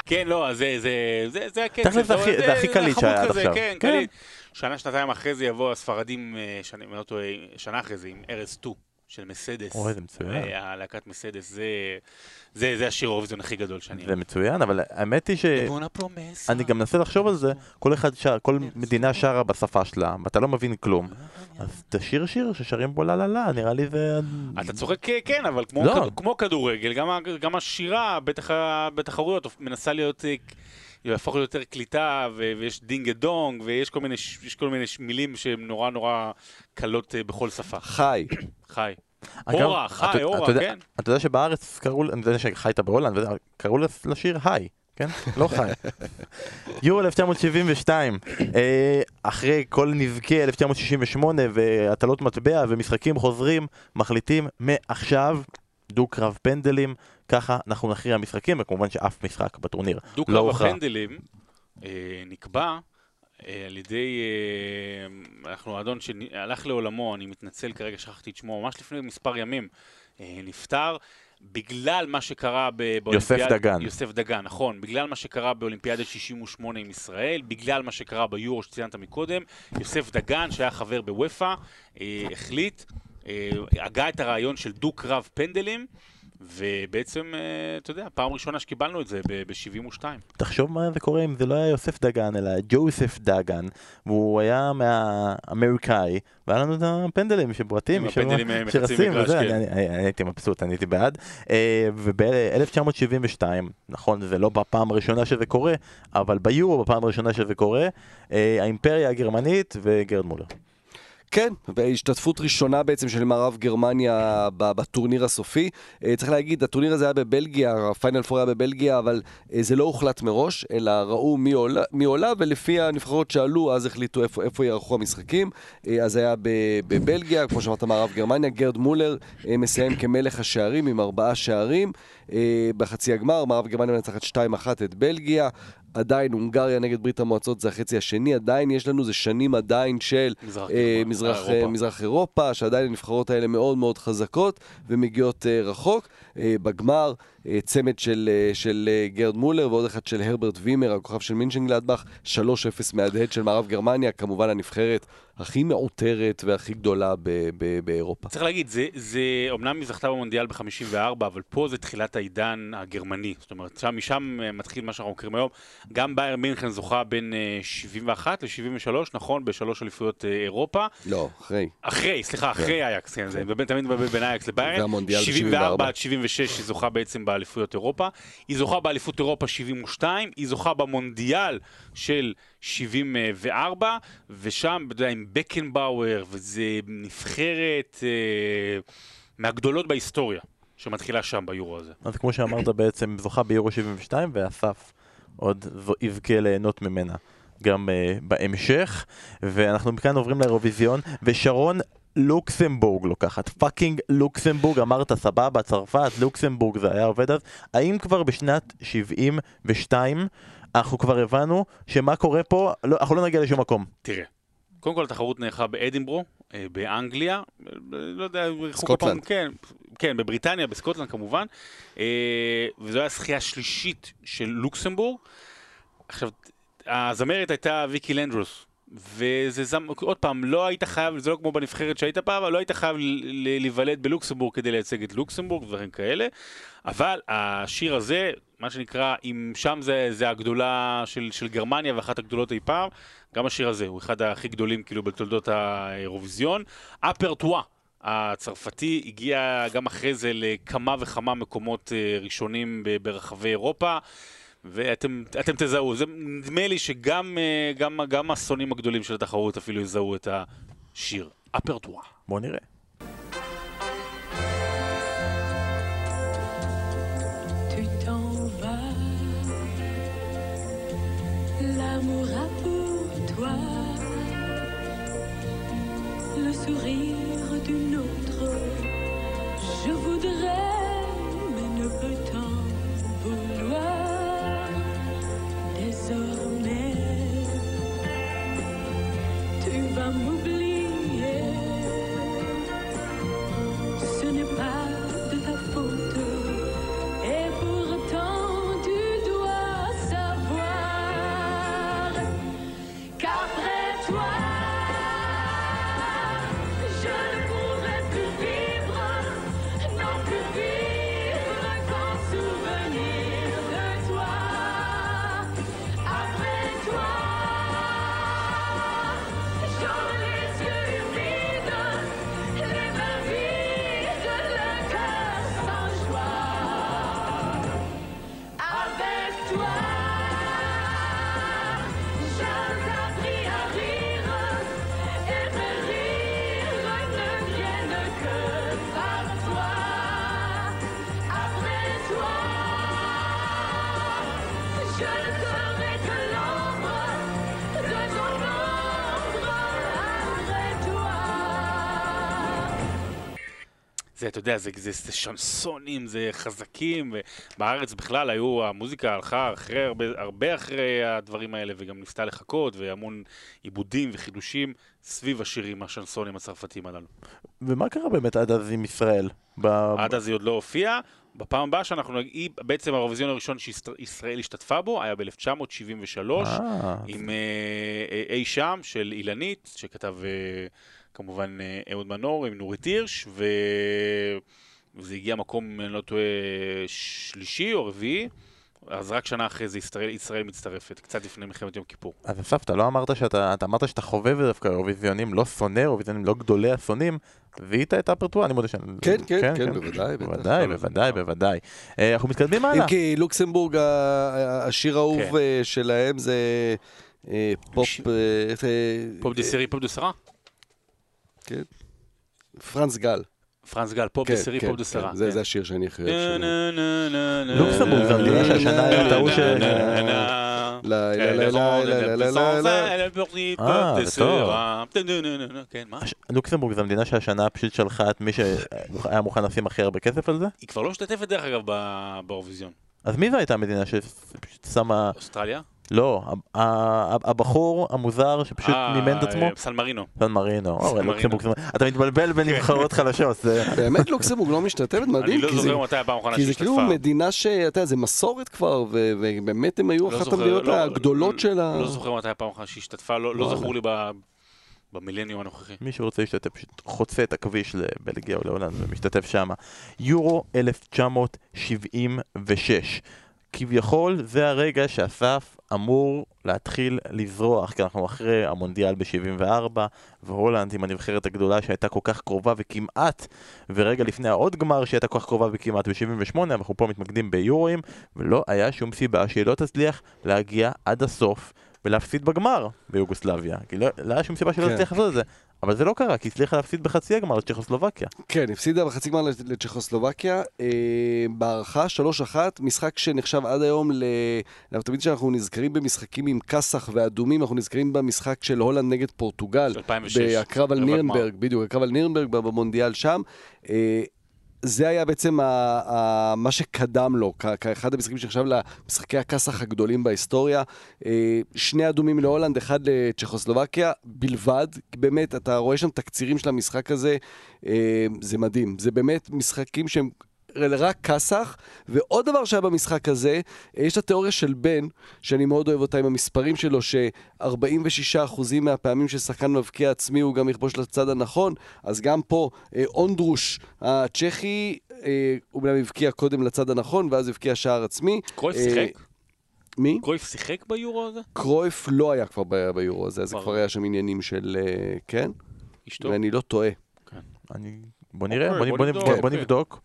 כן, לא, זה, זה, זה, זה הקצב. תכל'ס זה הכי קליט שהיה עד עכשיו. כן, קליט. שנה, שנתיים אחרי זה יבוא הספרדים, שנה אחרי זה, עם ארז טו של מסדס. אוי, זה מצוין. הלהקת מסדס, זה, זה, זה השיר האירוויזיון הכי גדול שאני... זה מצוין, אבל האמת היא ש... אני גם מנסה לחשוב על זה, כל אחד שר, כל מדינה שרה בשפה שלה, ואתה לא מבין כלום. אז תשיר שיר ששרים בו לה לה לה, נראה לי זה... אתה צוחק, כן, אבל כמו, לא. כד, כמו כדורגל, גם, גם השירה בטח, בתחרויות מנסה להיות... יהפוך ליותר קליטה, ו- ויש דינגה דונג, ויש כל מיני, יש כל מיני מילים שהן נורא נורא קלות בכל שפה. חי. חי. אורה, חי, אורה, כן. אתה יודע שבארץ קראו, אני יודע שחיית בהולנד, קראו לשיר היי, כן? לא חי. יורו אלף תשע מאות שבעים ושתיים, אחרי כל נזקי אלף תשע מאות שישים ושמונה, והטלות מטבע ומשחקים חוזרים, מחליטים מעכשיו דו-קרב פנדלים, ככה אנחנו נכריע משחקים, וכמובן שאף משחק בטורניר לא הוכרע. דו-קרב הפנדלים אה, נקבע אה, על ידי, אה, אנחנו אדון שהלך לעולמו, אני מתנצל כרגע, שכחתי את שמו, ממש לפני מספר ימים, אה, נפטר, בגלל מה שקרה באולימפיאד... יוסף דגן. יוסף דגן, נכון. בגלל מה שקרה באולימפיאדת שישים ושמונה עם ישראל, בגלל מה שקרה ביורו שציינת מקודם, יוסף דגן, שהיה חבר בוופא, אה, החליט, אה, הגה את הרעיון של דו-קרב פנדלים, ובעצם, אתה יודע, פעם ראשונה שקיבלנו את זה ב-שבעים ושתיים. תחשוב מה זה קורה אם זה לא היה יוסף דגן, אלא ג'וסף דגן, והוא היה מהאמריקאי, והיה לנו את הפנדלים שבועטים, הפנדלים מחצי מגרש, כן. אני הייתי מבסוט, אני הייתי בעד. וב-אלף תשע מאות שבעים ושתיים, נכון, זה לא בפעם הראשונה שזה קורה, אבל ביורו בפעם הראשונה שזה קורה, האימפריה הגרמנית וגרד מולר. כן, בהשתתפות ראשונה בעצם של מערב גרמניה בטורניר הסופי. צריך להגיד, הטורניר הזה היה בבלגיה, הפיינל פור היה בבלגיה, אבל זה לא הוחלט מראש, אלא ראו מי עולה, מי עולה ולפי הנבחרות שעלו, אז החליטו איפה, איפה יערכו המשחקים. אז היה בבלגיה, כמו שאמרת מערב גרמניה, גרד מולר מסיים כמלך השערים עם ארבעה שערים. בחצי הגמר, מערב גרמניה מנצחת שתיים אחת את בלגיה. עדיין הונגריה נגד ברית המועצות זה החצי השני, עדיין יש לנו, זה שנים עדיין של מזרח, אה, מזרח, אירופה. מזרח אירופה, שעדיין הנבחרות האלה מאוד מאוד חזקות ומגיעות אה, רחוק. אה, בגמר אה, צמד של, אה, של אה, גרד מולר ועוד אחד של הרברט וימר, הכוכב של מינשנגלדבך, שלוש אפס מהדהד של מערב גרמניה, כמובן הנבחרת הכי מעוטרת והכי גדולה ב- ב- באירופה. צריך להגיד, זה, זה אומנם היא זכתה במונדיאל ב-חמישים וארבע, אבל פה זה תחילת העידן הגרמני. זאת אומרת, שם, משם מתחיל מה שאנחנו מכירים היום. גם בייר מינכן זוכה בין שבעים ואחת ל-שבעים ושלוש, נכון? בשלוש אליפויות אירופה. לא, אחרי. אחרי, סליחה, אחרי אייקס, כן, זה תמיד בין אייקס לביירן. והמונדיאל ב-שבעים וארבע עד שבעים ושש היא זוכה בעצם באליפויות אירופה. היא זוכה באליפות אירופה שבעים ושתיים, היא זוכה במונדיאל של שבעים וארבע, ושם, אתה יודע, עם בקנבאואר, וזה נבחרת אה, מהגדולות בהיסטוריה, שמתחילה שם ביורו הזה. אז כמו שאמרת בעצם, זוכה ביורו שבעים ושתיים, ואסף עוד יזכה ליהנות ממנה גם uh, בהמשך, ואנחנו מכאן עוברים לאירוויזיון, ושרון לוקסמבורג לוקחת, פאקינג לוקסמבורג, אמרת סבבה, צרפת, לוקסמבורג זה היה עובד אז, האם כבר בשנת שבעים ושתיים אנחנו כבר הבנו שמה קורה פה, לא, אנחנו לא נגיע לשום מקום. תראה, קודם כל התחרות נערכה באדינברו, באנגליה, לא יודע, סקוטלנד. כן, כן, בבריטניה, בסקוטלנד כמובן, וזו הייתה שחייה שלישית של לוקסמבורג. עכשיו, הזמרת הייתה ויקי לנדרוס, וזה זם, עוד פעם, לא היית חייב, זה לא כמו בנבחרת שהיית פעם, אבל לא היית חייב להיוולד בלוקסמבורג כדי לייצג את לוקסמבורג ודברים כאלה, אבל השיר הזה, מה שנקרא, אם שם זה, זה הגדולה של, של גרמניה ואחת הגדולות אי פעם, גם השיר הזה הוא אחד הכי גדולים כאילו בתולדות האירוויזיון. אפרטואה הצרפתי הגיע גם אחרי זה לכמה וכמה מקומות ראשונים ברחבי אירופה, ואתם אתם תזהו, זה נדמה לי שגם גם, גם הסונים הגדולים של התחרות אפילו יזהו את השיר אפרטואה. בוא נראה. L'amour a pour toi le sourire d'une autre. Je voudrais, mais ne peux t'en vouloir. Désormais, tu vas m'oublier. Ce n'est pas de ta faute. Et pourtant, tu dois זה, אתה יודע, זה, זה, זה שנסונים, זה חזקים, ובארץ בכלל היו, המוזיקה הלכה אחרי, הרבה, הרבה אחרי הדברים האלה, וגם ניסתה לחכות, והמון עיבודים וחידושים סביב השירים, השנסונים הצרפתיים הללו. ומה קרה באמת עד אז עם ישראל? ב... עד אז היא עוד לא הופיעה. בפעם הבאה שאנחנו נגיד, בעצם האירוויזיון הראשון שישראל השתתפה בו, היה ב-אלף תשע מאות שבעים ושלוש, עם אי שם של אילנית, שכתב כמובן אהוד מנור עם נורית הירש, וזה הגיע מקום, אני לא טועה, שלישי או רביעי, אז רק שנה אחרי זה ישראל, ישראל מצטרפת, קצת לפני מלחמת יום כיפור. אז אסף, אתה לא אמרת שאתה, אתה אמרת שאתה חובב דווקא אירוויזיונים, לא שונא, אירוויזיונים לא גדולי השונאים, ואית את הפרטואר, אני מודה שאני... כן, כן, כן, בוודאי. בוודאי, בוודאי, בוודאי. אנחנו מתקדמים הלאה. אם כי לוקסמבורג, השיר האהוב שלהם זה פופ... פופ דה סרי, פופ דה סרה? כן. פרנס גל. פרנס גל, פופ דה סרי, פופ דה סרה. זה השיר שאני הכי אוהב שלו. לוקסמבורג זה המדינה שהשנה היה טעו ש... לא, לא, לא, לא, לא, לא, לא. אה, זה טוב. לוקסמבורג זה המדינה שהשנה פשוט שלחה את מי שהיה מוכן לשים הכי הרבה כסף על זה? היא כבר לא משתתפת דרך אגב באירוויזיון. אז מי זו הייתה המדינה שפשוט שמה... אוסטרליה? לא, הבחור המוזר שפשוט מימן את עצמו. סן מרינו. סן מרינו. אתה מתבלבל בנבחרות חלשות. באמת לוקסמבורג לא משתתפת, מדהים. אני לא זוכר מתי הפעם האחרונה שהשתתפה. כי זה כאילו מדינה שאתה יודע, זה מסורת כבר, ובאמת הם היו אחת המדינות הגדולות שלה. לא זוכר מתי הפעם האחרונה שהשתתפה, לא זכור לי במילניום הנוכחי. מי שרוצה להשתתף פשוט חוצה את הכביש לבלגיה או להולנד ומשתתף שם. יורו אלף תשע מאות שבעים ושש. כביכול זה הרגע שאסף אמור להתחיל לזרוח, כי אנחנו אחרי המונדיאל ב-שבעים וארבע, והולנד עם הנבחרת הגדולה שהייתה כל כך קרובה וכמעט, ורגע לפני העוד גמר שהייתה כל כך קרובה וכמעט ב-שבעים ושמונה, אנחנו פה מתמקדים ביורואים, ולא היה שום סיבה שהיא לא תצליח להגיע עד הסוף ולהפסיד בגמר ביוגוסלביה, כי לא, לא היה שום סיבה שלא תצליח לעשות את זה. אבל זה לא קרה, כי הצליחה להפסיד בחצי הגמר לצ'כוסלובקיה. כן, הפסידה בחצי גמר לצ'כוסלובקיה, אה, בהערכה שלוש אחת, משחק שנחשב עד היום, ל... תמיד שאנחנו נזכרים במשחקים עם קסח ואדומים, אנחנו נזכרים במשחק של הולנד נגד פורטוגל, אלפיים ושש, בהקרב על נירנברג, בדיוק, הקרב על נירנברג במונדיאל שם, אה, זה היה בעצם ה- ה- מה שקדם לו, כ- כאחד המשחקים שנחשב למשחקי הקסח הגדולים בהיסטוריה. שני אדומים להולנד, אחד לצ'כוסלובקיה בלבד. באמת, אתה רואה שם תקצירים של המשחק הזה, זה מדהים. זה באמת משחקים שהם רק קסח. ועוד דבר שהיה במשחק הזה, יש את התיאוריה של בן, שאני מאוד אוהב אותה עם המספרים שלו, ש-ארבעים ושישה אחוז מהפעמים ששחקן מבקיע עצמי הוא גם יכבוש לצד הנכון. אז גם פה אונדרוש הצ'כי, הוא בלם הבקיע קודם לצד הנכון, ואז הבקיע שער עצמי. קרויף שיחק? מי? קרויף שיחק ביורו הזה? קרויף לא היה כבר ב- ביורו הזה, אז זה כבר היה שם עניינים של... כן? אשתו? ואני לא טועה. אני... בוא נראה, אוקיי, בוא, בוא בוא, נבדוק. בוא, בוא נבדוק.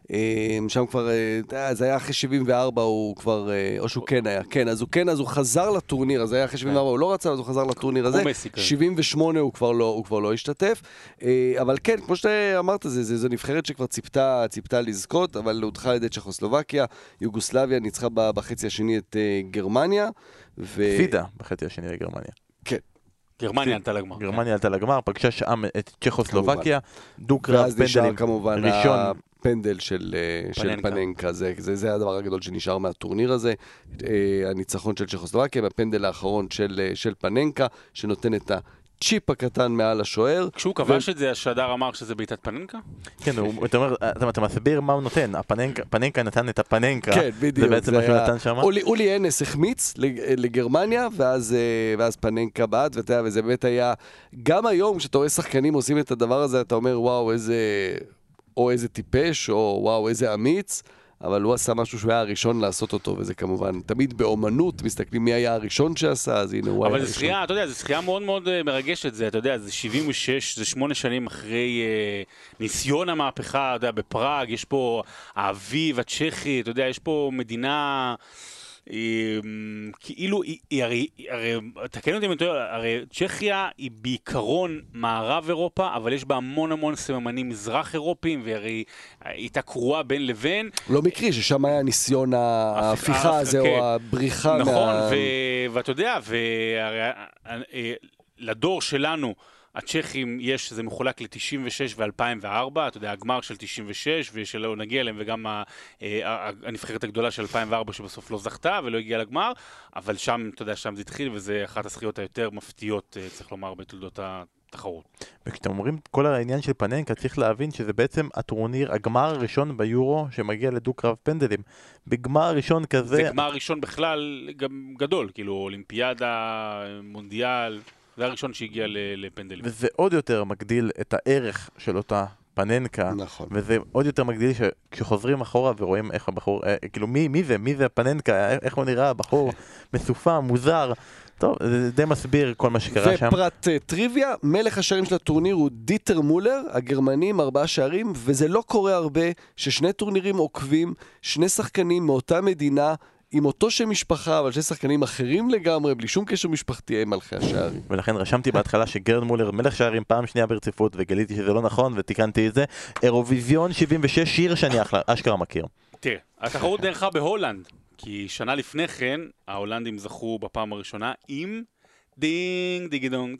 שם כבר, זה היה אחרי שבעים וארבע, הוא כבר, או שהוא כן היה, כן, אז הוא כן, אז הוא חזר לטורניר, אז היה אחרי שבעים וארבע, הוא לא רצה, אז הוא חזר לטורניר הזה, שבעים ושמונה הוא כבר לא, הוא כבר לא השתתף, אבל כן, כמו שאמרת, זו נבחרת שכבר ציפתה, ציפתה לזכות, אבל הודחה על ידי צ'כוסלובקיה, יוגוסלביה ניצחה בחצי השני את גרמניה, הפסידה בחצי השני לגרמניה. כן. גרמניה עלתה לגמר. גרמניה עלתה לגמר, פגשה שם את צ'כוסלובקיה, דו-קרב ואז נשאר פנדלים כמובן ראשון. הפנדל של, של פננקה, זה, זה, זה הדבר הגדול שנשאר מהטורניר הזה, הניצחון של צ'כוסלובקיה, בפנדל האחרון של, של פננקה, שנותן את הצ'יפ הקטן מעל השוער. כשהוא כבש את זה, השדר אמר שזה בעיטת פננקה? כן, הוא, אתה אומר, אתה, אתה מסביר מה הוא נותן, הפננקה, פננקה נתן את הפננקה, כן, בדיוק, זה בעצם מה שהוא נתן שם. אולי, אולי אנס החמיץ לגרמניה, ואז, ואז פננקה בעט, ואתה, וזה באמת היה, גם היום כשאתה רואה שחקנים עושים את הדבר הזה, אתה אומר, וואו, איזה, או איזה טיפש, או וואו, איזה אמיץ, אבל הוא עשה משהו שהוא היה הראשון לעשות אותו, וזה כמובן, תמיד באומנות, מסתכלים מי היה הראשון שעשה, אז הנה הוא היה אבל הראשון. זה שחייה, אתה יודע, זה שחייה מאוד מאוד מרגשת, זה, אתה יודע, זה שבעים ושש, זה שמונה שנים אחרי אה, ניסיון המהפכה, אתה יודע, בפראג, יש פה האביב הצ'כי, אתה יודע, יש פה מדינה... כאילו, היא הרי, תקן אותי אם אני טועה, הרי צ'כיה היא בעיקרון מערב אירופה, אבל יש בה המון המון סממנים מזרח אירופיים, והרי היא הייתה קרועה בין לבין. לא מקרי, ששם היה ניסיון ההפיכה הזה, או הבריחה. נכון, ואתה יודע, לדור שלנו, הצ'כים יש, זה מחולק ל-תשעים ושש ו-אלפיים וארבע, אתה יודע, הגמר של תשעים ושש ושלא נגיע אליהם, וגם הנבחרת הגדולה של אלפיים וארבע שבסוף לא זכתה ולא הגיעה לגמר, אבל שם, אתה יודע, שם זה התחיל, וזה אחת הזכיות היותר מפתיעות, צריך לומר, בתולדות התחרות. וכשאתם אומרים כל העניין של פננקה, צריך להבין שזה בעצם הטורניר, הגמר הראשון ביורו שמגיע לדו-קרב פנדלים. בגמר הראשון כזה... זה גמר ראשון בכלל גם גדול, כאילו אולימפיאדה, מונדיאל, זה הראשון שהגיע לפנדלים. וזה עוד יותר מגדיל את הערך של אותה פננקה, נכון. וזה עוד יותר מגדיל שכשחוזרים אחורה ורואים איך הבחור, אה, כאילו מי, מי זה, מי זה הפננקה, איך הוא נראה, בחור מסופם, מוזר, טוב, זה די מסביר כל מה שקרה שם. ופרט טריוויה, מלך השערים של הטורניר הוא דיטר מולר, הגרמנים, ארבעה שערים, וזה לא קורה הרבה ששני טורנירים עוקבים, שני שחקנים מאותה מדינה, עם אותו שם משפחה, אבל שני שחקנים אחרים לגמרי, בלי שום קשר משפחתי, הם מלכי השערים. ולכן רשמתי בהתחלה שגרד מולר מלך שערים פעם שנייה ברציפות, וגיליתי שזה לא נכון, ותיקנתי את זה. אירוויזיון שבעים ושש, שיר שאני אשכרה מכיר. תראה, התחרות נערכה בהולנד, כי שנה לפני כן, ההולנדים זכו בפעם הראשונה עם דינג דיגי דונג,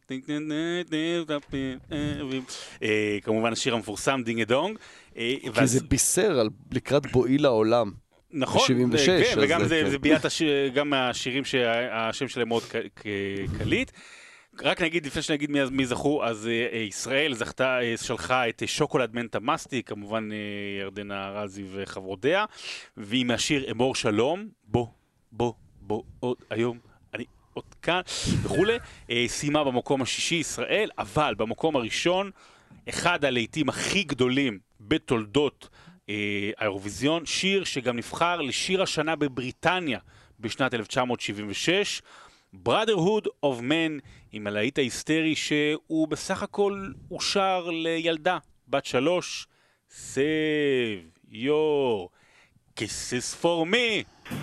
כמובן השיר המפורסם דינג דונג. כי זה בישר לקראת בואי לעולם. נכון, ב-שבעים ושש, כן, וגם זה, זה, כן. זה ביית השיר, גם השירים שהשם שלהם מאוד קליט. רק נגיד, לפני שנגיד מי, מי זכו, אז uh, ישראל זכתה, uh, שלחה את uh, שוקולד מנטה מסטי, כמובן uh, ירדנה רזי וחברותיה, והיא מהשיר אמור שלום, בוא, בוא, בוא, עוד היום, אני עוד כאן, וכולי. uh, סיימה במקום השישי ישראל, אבל במקום הראשון, אחד הלהיטים הכי גדולים בתולדות האירוויזיון, שיר שגם נבחר לשיר השנה בבריטניה בשנת אלף תשע מאות שבעים ושש, Brotherhood of Men, עם הלהיט ההיסטרי שהוא בסך הכל אושר לילדה בת שלוש. Save your kisses for me.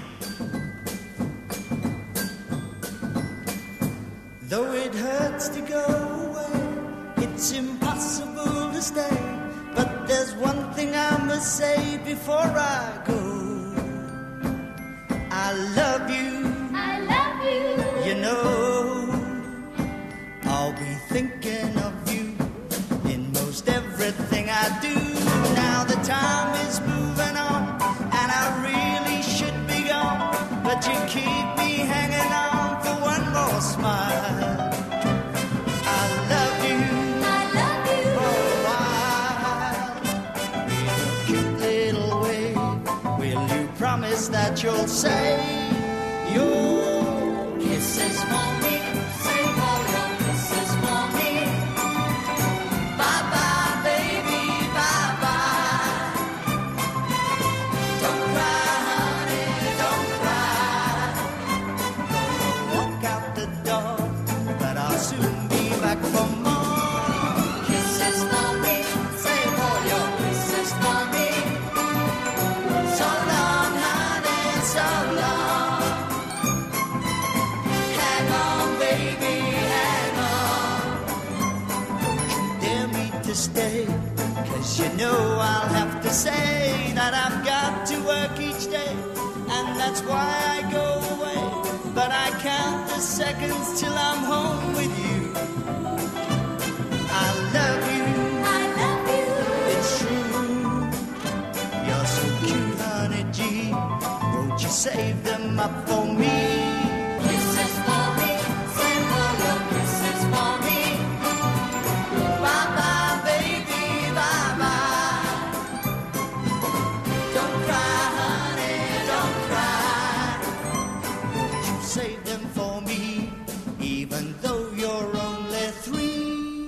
Though it hurts to go away, it's impossible to stay. But there's one thing I must say before I go. I love you. I love you. You know, I'll be thinking of you in most everything I do. Now the time is moving on, and I really should be gone. But you keep me hanging on for one more smile. I love you. I love you. For a while, with a cute little wave, will you promise that you'll say your kisses for me? Say all your kisses for me. Bye bye, baby, bye bye. Don't cry, honey, don't cry. Gonna walk out the door, but I'll soon be back for more kisses for me. Say all your kisses for me. So long, honey, so long. Hang on, baby, hang on. Don't you dare me to stay, 'cause you know I'll have to say that I've got to work each day, and that's why I go away. But I count the seconds till I'm home with you. I love you. I love you. It's true. You're so cute, honey G. Won't you save them up for me? Kisses for me. Send all your kisses for me. Bye bye, baby, bye bye. Don't cry, honey, don't cry. Won't you save them for me, even though you're only three?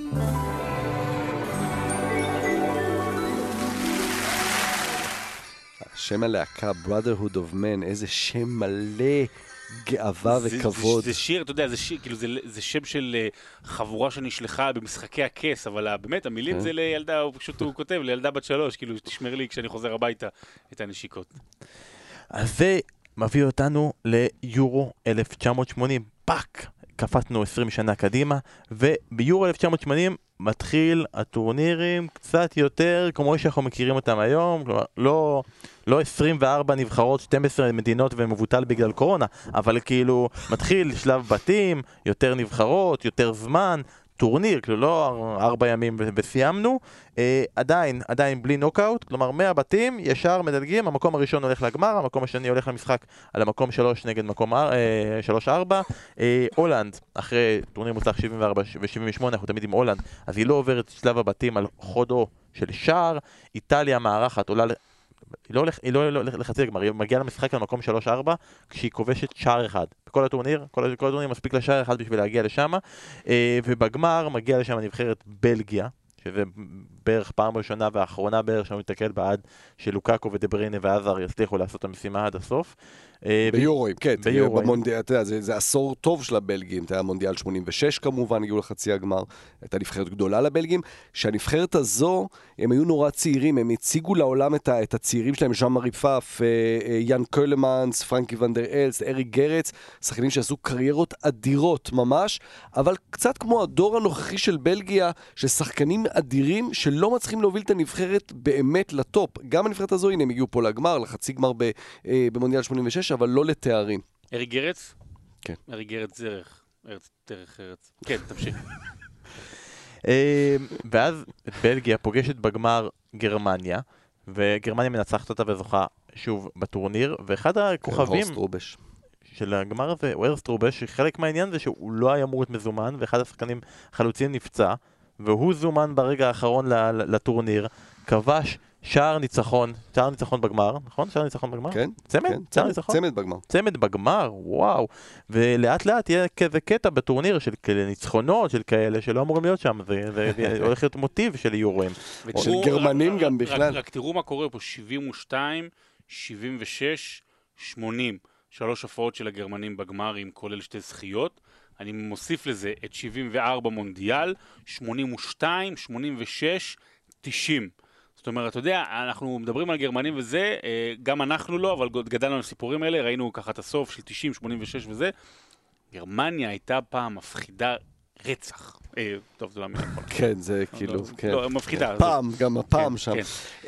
שם הלהקה, Brotherhood of Men, איזה שם מלא גאווה זה- וכבוד. זה, זה שיר, אתה יודע, זה שיר, כאילו זה, זה שם של uh, חבורה שנשלחה במשחקי הכס, אבל uh, באמת המילים זה לילדה, הוא פשוט הוא כותב לילדה בת שלוש, כאילו תשמר לי כשאני חוזר הביתה את הנשיקות. אז זה מביא אותנו ליורו אלף תשע מאות שמונים, פאק! קפצנו עשרים שנה קדימה, וביורו אלף תשע מאות שמונים מתחיל הטורנירים קצת יותר כמו שאנחנו מכירים אותם היום, כלומר, לא, לא עשרים וארבע נבחרות, שתים עשרה מדינות ומבוטל בגלל קורונה, אבל כאילו מתחיל שלב בתים, יותר נבחרות, יותר זמן, טורניר, כאילו לא ארבע ימים ו- וסיימנו, אה, עדיין, עדיין בלי נוקאוט, כלומר מאה בתים, ישר מדלגים, המקום הראשון הולך לגמר, המקום השני הולך למשחק על המקום שלוש נגד מקום אה, שלוש ארבע, אה, הולנד, אחרי טורניר מוצלח שבעים וארבע ו-שבעים ושמונה, אנחנו תמיד עם הולנד, אז היא לא עוברת שלב הבתים על חודו של שער, איטליה מארחת, עולה... היא לא הולכת לא, לא, לחצי הגמר, היא מגיעה למשחק על מקום שלוש ארבע כשהיא כובשת שער אחד. בכל הטורניר, כל, כל הטורניר מספיק לה שער אחד בשביל להגיע לשם, אה, ובגמר מגיע לשם נבחרת בלגיה, שזה בערך פעם ראשונה והאחרונה בערך שאני מתקל בעד שלוקאקו ודבריינה ועזר יצליחו לעשות את המשימה עד הסוף. ביורואים, כן, ביורואים. במונדיאל, אתה יודע, זה, זה עשור טוב של הבלגים, היה מונדיאל שמונים ושש כמובן, הגיעו לחצי הגמר, הייתה נבחרת גדולה לבלגים, שהנבחרת הזו, הם היו נורא צעירים, הם הציגו לעולם את, ה, את הצעירים שלהם, ז'אן מארי פאף, יאן קולמנס, פרנקי ונדר אלס, אריק גרץ, שחקנים שעשו קריירות אדירות ממש, אבל קצת כמו הדור הנוכחי של בלגיה, של שחקנים אדירים שלא מצליחים להוביל את הנבחרת באמת לטופ. גם הנבחרת הזו, הנה, הם הגיעו פה לגמר, לחצי גמר ב, במונדיאל שמונים ושש, אבל לא לתארים. אריק גרץ? כן. אריק גרץ זרח. ארץ, דרך ארץ. כן, תמשיך. ואז בלגיה פוגשת בגמר גרמניה, וגרמניה מנצחת אותה וזוכה שוב בטורניר, ואחד הכוכבים של הגמר הזה הוא ארסטרובש, שחלק מהעניין זה שהוא לא היה אמור להיות מזומן, ואחד השחקנים חלוצים נפצע, והוא זומן ברגע האחרון לטורניר, כבש שער ניצחון, שער ניצחון בגמר, נכון? שער ניצחון בגמר? כן. צמד? כן, שער צמד, ניצחון? צמד בגמר. צמד בגמר, וואו. ולאט לאט יהיה כזה קטע בטורניר של ניצחונות, של כאלה שלא אמורים להיות שם, זה הולך להיות מוטיב של יורואים. של גרמנים גם בכלל. רק תראו מה קורה פה, שבעים ושתיים, שבעים ושש, שמונים. שלוש הפרעות של הגרמנים בגמר עם כולל שתי זכיות. אני מוסיף לזה את שבעים וארבע מונדיאל, שמונים ושתיים, שמונים ושש, תשעים. זאת אומרת, אתה יודע, אנחנו מדברים על גרמנים וזה, גם אנחנו לא, אבל גדלנו על הסיפורים האלה, ראינו ככה את הסוף של תשעים, שמונים ושש וזה. גרמניה הייתה פעם מפחידה רצח. טוב, זה לא המילה נכונה. כן, זה כאילו, כן. לא, מפחידה. פעם, גם הפעם שם.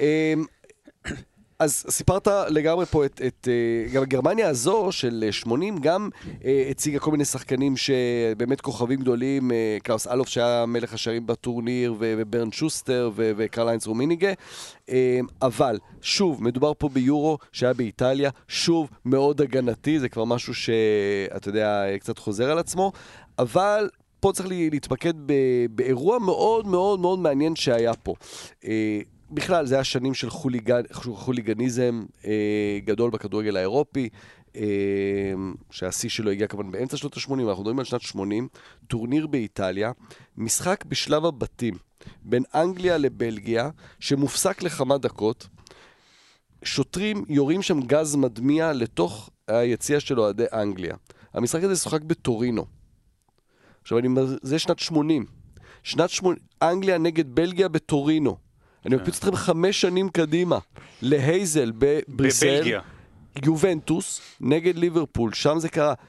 אז סיפרת לגמרי פה את, את גם גרמניה הזו של שמונים גם הציגה כל מיני שחקנים שבאמת כוכבים גדולים, קלאוס אלוף שהיה מלך השערים בטורניר, וברן שוסטר וקרל-היינץ רומיניגה, אבל שוב, מדובר פה ביורו שהיה באיטליה, שוב מאוד הגנתי, זה כבר משהו שאתה יודע, קצת חוזר על עצמו, אבל פה צריך להתמקד באירוע מאוד מאוד מאוד מעניין שהיה פה. בכלל, זה היה שנים של חוליגן, חוליגניזם אה, גדול בכדורגל האירופי, אה, שהשיא שלו הגיע כמובן באמצע שנות ה-שמונים, אנחנו מדברים על שנת שמונים, טורניר באיטליה, משחק בשלב הבתים, בין אנגליה לבלגיה, שמופסק לכמה דקות, שוטרים יורים שם גז מדמיע לתוך היציאה של אוהדי אנגליה. המשחק הזה שוחק בטורינו. עכשיו, אני, זה שנת שמונים. שנת שמונים, אנגליה נגד בלגיה בטורינו. אני מקפיץ אתכם חמש שנים קדימה, להייזל בבריסל, בבלגיה. יובנטוס נגד ליברפול, שם זה קרה.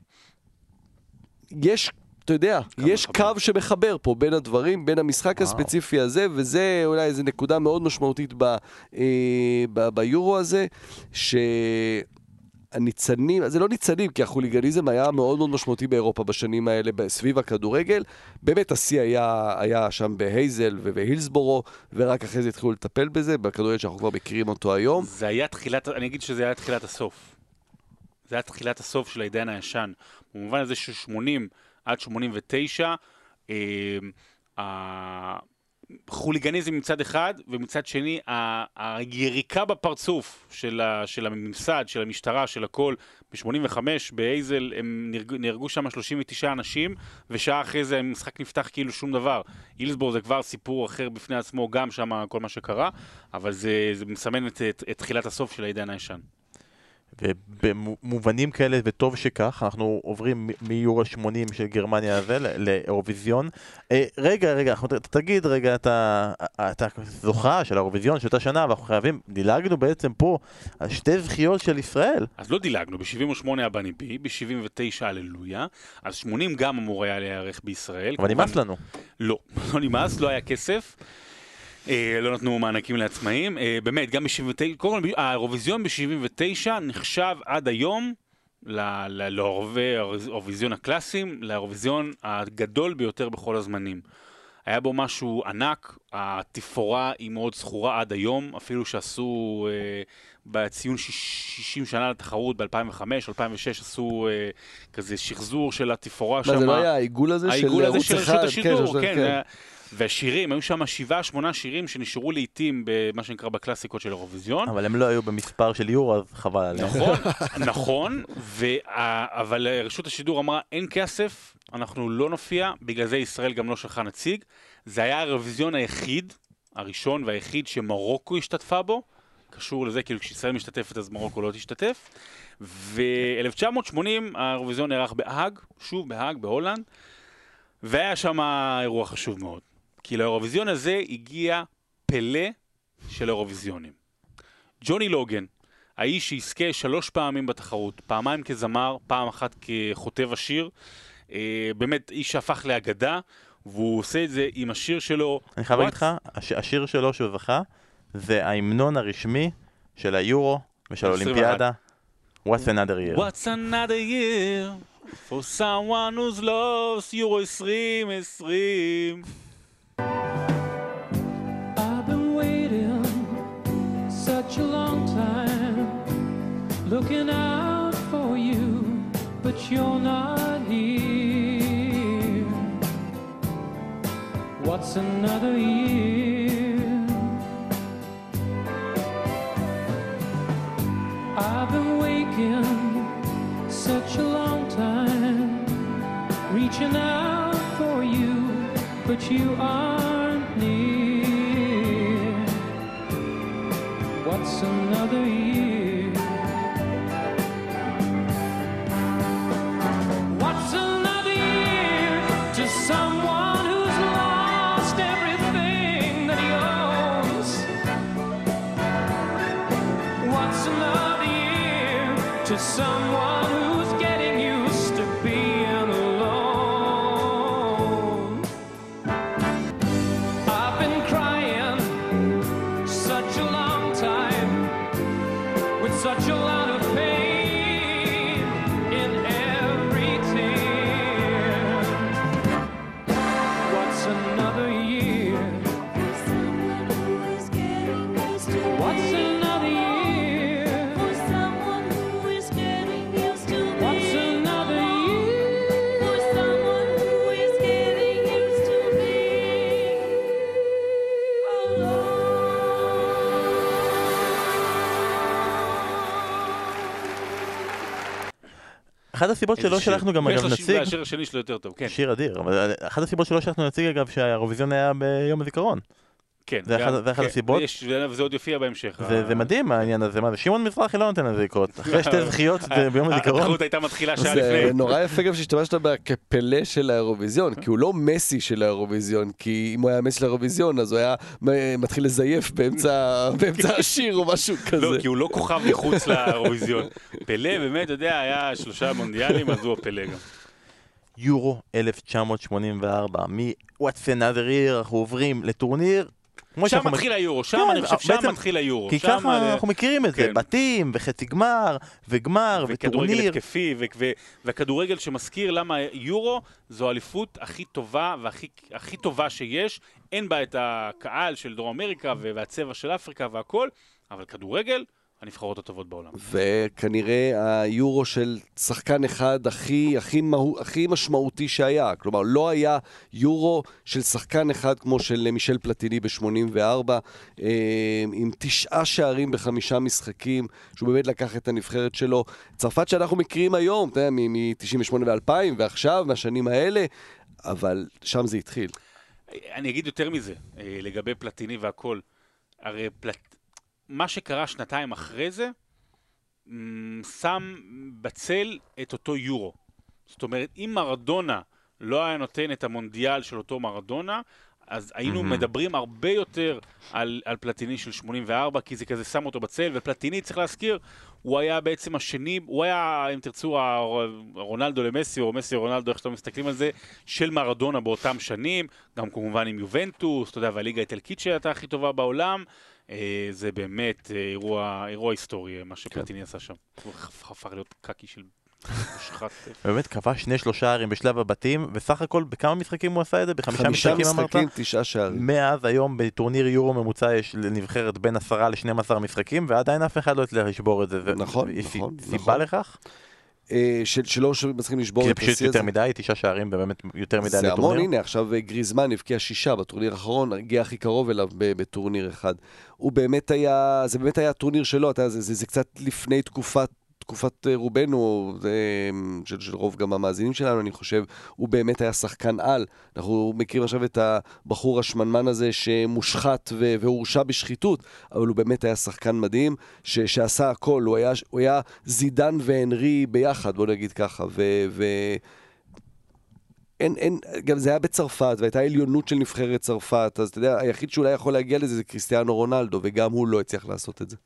יש, אתה יודע, יש קו שמחבר פה בין הדברים, בין המשחק הספציפי הזה, וזה אולי איזו נקודה מאוד משמעותית ב, אה, ב, ביורו הזה, ש... הניצנים, זה לא ניצנים, כי החוליגניזם היה מאוד מאוד משמעותי באירופה בשנים האלה, סביב הכדורגל. באמת השיא היה, היה שם בהייזל ובהילסבורו, ורק אחרי זה התחילו לטפל בזה, בכדורגל שאנחנו כבר מכירים אותו היום. זה היה תחילת, אני אגיד שזה היה תחילת הסוף. זה היה תחילת הסוף של העידן הישן. במובן הזה ש-שמונים עד שמונים ותשע, אה, חוליגניזם מצד אחד, ומצד שני, היריקה בפרצוף של, ה, של הממסד, של המשטרה, של הכל, ב-שמונים וחמש, באייזל, הם נהרגו, נהרגו שם שלושים ותשעה אנשים, ושעה אחרי זה המשחק נפתח כאילו שום דבר. אילסבורג זה כבר סיפור אחר בפני עצמו, גם שם כל מה שקרה, אבל זה, זה מסמן את, את, את תחילת הסוף של העידן הישן. ובמובנים כאלה, וטוב שכך, אנחנו עוברים מיורו שמונים של גרמניה הזה לאירוויזיון. רגע, רגע, תגיד רגע, אתה זוכה של האירוויזיון של אותה שנה, ואנחנו חייבים, דילגנו בעצם פה על שתי זכיות של ישראל. אז לא דילגנו, ב-שבעים ושמונה הבני בי, ב-שבעים ותשע הללויה, אז שמונים גם אמור היה להיערך בישראל. אבל נמאס לנו. לא, לא נמאס, לא היה כסף. לא נתנו מענקים לעצמאים, באמת, גם ב-שבעים ותשע, קודם כל, האירוויזיון ב-שבעים ותשע נחשב עד היום ל- ל- לאוהבי האירוויזיון הקלאסיים, לאירוויזיון הגדול ביותר בכל הזמנים. היה בו משהו ענק, התפאורה היא מאוד זכורה עד היום, אפילו שעשו אה, בציון שישים שנה לתחרות ב-אלפיים וחמש, אלפיים ושש עשו אה, כזה שחזור של התפאורה שם. מה, זה לא היה העיגול הזה של העיגול הזה ערוץ של אחד? רשות השידור, כן, כן. כן. היה- והשירים, היו שם שבעה, שמונה שירים שנשארו לעיתים במה שנקרא בקלאסיקות של אירוויזיון. אבל הם לא היו במספר של יורו, אז חבל עליהם. נכון, נכון, וה- אבל רשות השידור אמרה, אין כסף, אנחנו לא נופיע, בגלל זה ישראל גם לא שלחה נציג. זה היה האירוויזיון היחיד, הראשון והיחיד שמרוקו השתתפה בו, קשור לזה, כאילו כשישראל משתתפת אז מרוקו לא תשתתף. ו-אלף תשע מאות שמונים האירוויזיון נערך בהאג, שוב בהאג, בהולנד, והיה שם אירוע חשוב מאוד. כי לאירוויזיון הזה הגיע פלא של אירוויזיונים. ג'וני לוגן, האיש שיזכה שלוש פעמים בתחרות, פעמיים כזמר, פעם אחת כחוטב השיר, אה, באמת איש שהפך לאגדה, והוא עושה את זה עם השיר שלו. אני חייב What's- להגיד לך, הש- השיר שלו שהוא זכה, זה ההמנון הרשמי של היורו ושל עשרים ואחת. האולימפיאדה. What's another year? What's another year for someone who's lost יורו עשרים עשרים. I've been waiting such a long time, looking out for you, but you're not here. What's another year? I've been waking such a long time, reaching out for you, but you aren't near. What's another year? What's another year to someone who's lost everything that he owns? What's another year to someone who's getting used to being alone? I've been crying such a long time with such a lot of pain in every tear. What's another year? What's another year? What's another year? אחת הסיבות איזה שלא שיר. שלחנו גם ויש אגב לו שיר- נציג, והשיר השני שלו יותר טוב, כן. שיר אדיר, אבל אחת הסיבות שלא שלחנו נציג אגב שהאירוויזיון היה ביום הזיכרון. כן, זה אחד- גם- זה אחת כן, הסיבות. ויש- וזה עוד יופיע בהמשך. זה ה- זה מדהים העניין הזה, מה זה? שמעון מזרחי לא נותן לזה לקרות. אחרי שתי זכיות זה ביום הזיכרון. התחרות הייתה מתחילה שעה זה לפני. נורא יפה גם שהשתמשת בה כפלא של האירוויזיון, כי הוא לא מסי של האירוויזיון, כי אם הוא היה מסי של האירוויזיון אז הוא היה מ- מתחיל לזייף באמצע באמצע השיר או משהו כזה. לא, כי הוא לא כוכב מחוץ לאירוויזיון. פלא, באמת, אתה יודע, היה שלושה מונדיאלים, אז הוא הפלא גם. יורו אלף תשע מאות שמונים וארבע, מ-What's another year אנחנו עוברים לטורניר. כמו שם שאנחנו מתחיל היורו, שם כן, אני חושב, שם בעצם- מתחיל היורו. כי שם, ככה אה, אנחנו מכירים את זה, כן. בתים וחצי גמר וגמר וכדורגל וטורניר. התקפי, ו- ו- והכדורגל שמזכיר למה יורו זו האליפות הכי טובה והכי הכי טובה שיש. אין בה את הקהל של דרום אמריקה ו- והצבע של אפריקה והכל, אבל כדורגל, הנבחרות הטובות בעולם. וכנראה היורו של שחקן אחד הכי, הכי, מהו, הכי משמעותי שהיה. כלומר, לא היה יורו של שחקן אחד כמו של מישל פלטיני ב-שמונים וארבע, אה, עם תשעה שערים בחמישה משחקים, שהוא באמת לקח את הנבחרת שלו. צרפת שאנחנו מכירים היום, אתה יודע, מ-תשעים ושמונה ו-אלפיים, ועכשיו, מהשנים האלה, אבל שם זה התחיל. אני אגיד יותר מזה, אה, לגבי פלטיני והכל. הרי פלט... מה שקרה שנתיים אחרי זה, מ, שם בצל את אותו יורו. זאת אומרת, אם מרדונה לא היה נותן את המונדיאל של אותו מרדונה, אז היינו מהמם. מדברים הרבה יותר על, על פלטיני של שמונים וארבע, כי זה כזה שם אותו בצל, ופלטיני, צריך להזכיר, הוא היה בעצם השני, הוא היה, אם תרצו, רונלדו למסי, או מסי רונלדו, איך שאתם מסתכלים על זה, של מרדונה באותם שנים, גם כמובן עם יובנטוס, אתה יודע, והליגה האיטלקית שהייתה הכי טובה בעולם, אה, זה באמת אה, אירוע, אירוע היסטורי, מה שפלטיני עשה שם. הוא הפך להיות קקי של מושחת. באמת כבש שני שלושה שערים בשלב הבתים, וסך הכל בכמה משחקים הוא עשה את זה? בחמישה חמישה משחקים אמרת? משחקים, תשעה שערים. מאז היום בטורניר יורו ממוצע יש לנבחרת בין עשרה ל-שנים עשר משחקים, ועדיין אף אחד לא הצליח לשבור את זה. זה- נכון, יש נכון, סיבה נכון. לכך? אה, של- שלא מצליחים לשבור כי זה את פשוט השיא יותר הזה. מדי, תשעה שערים, באמת יותר מדי זה המון, לטורניר. הנה, עכשיו אה, גריזמן הבקיע שישה בטורניר האחרון, הגיע הכי קרוב אליו ב- בטורניר אחד. הוא באמת היה, זה באמת היה הטורניר שלו, אתה יודע, זה, זה, זה קצת לפני תקופת, תקופת אה, רובנו, זה, של, של רוב גם המאזינים שלנו, אני חושב, הוא באמת היה שחקן על. אנחנו מכירים עכשיו את הבחור השמנמן הזה שמושחת ו- והורשע בשחיתות, אבל הוא באמת היה שחקן מדהים, ש- שעשה הכל, הוא היה, הוא היה זידן והנרי ביחד, בוא נגיד ככה, ו... ו- אין, אין, גם זה היה בצרפת, והייתה עליונות של נבחרת צרפת, אז אתה יודע, היחיד שאולי יכול להגיע לזה זה קריסטיאנו רונלדו, וגם הוא לא הצליח לעשות את זה.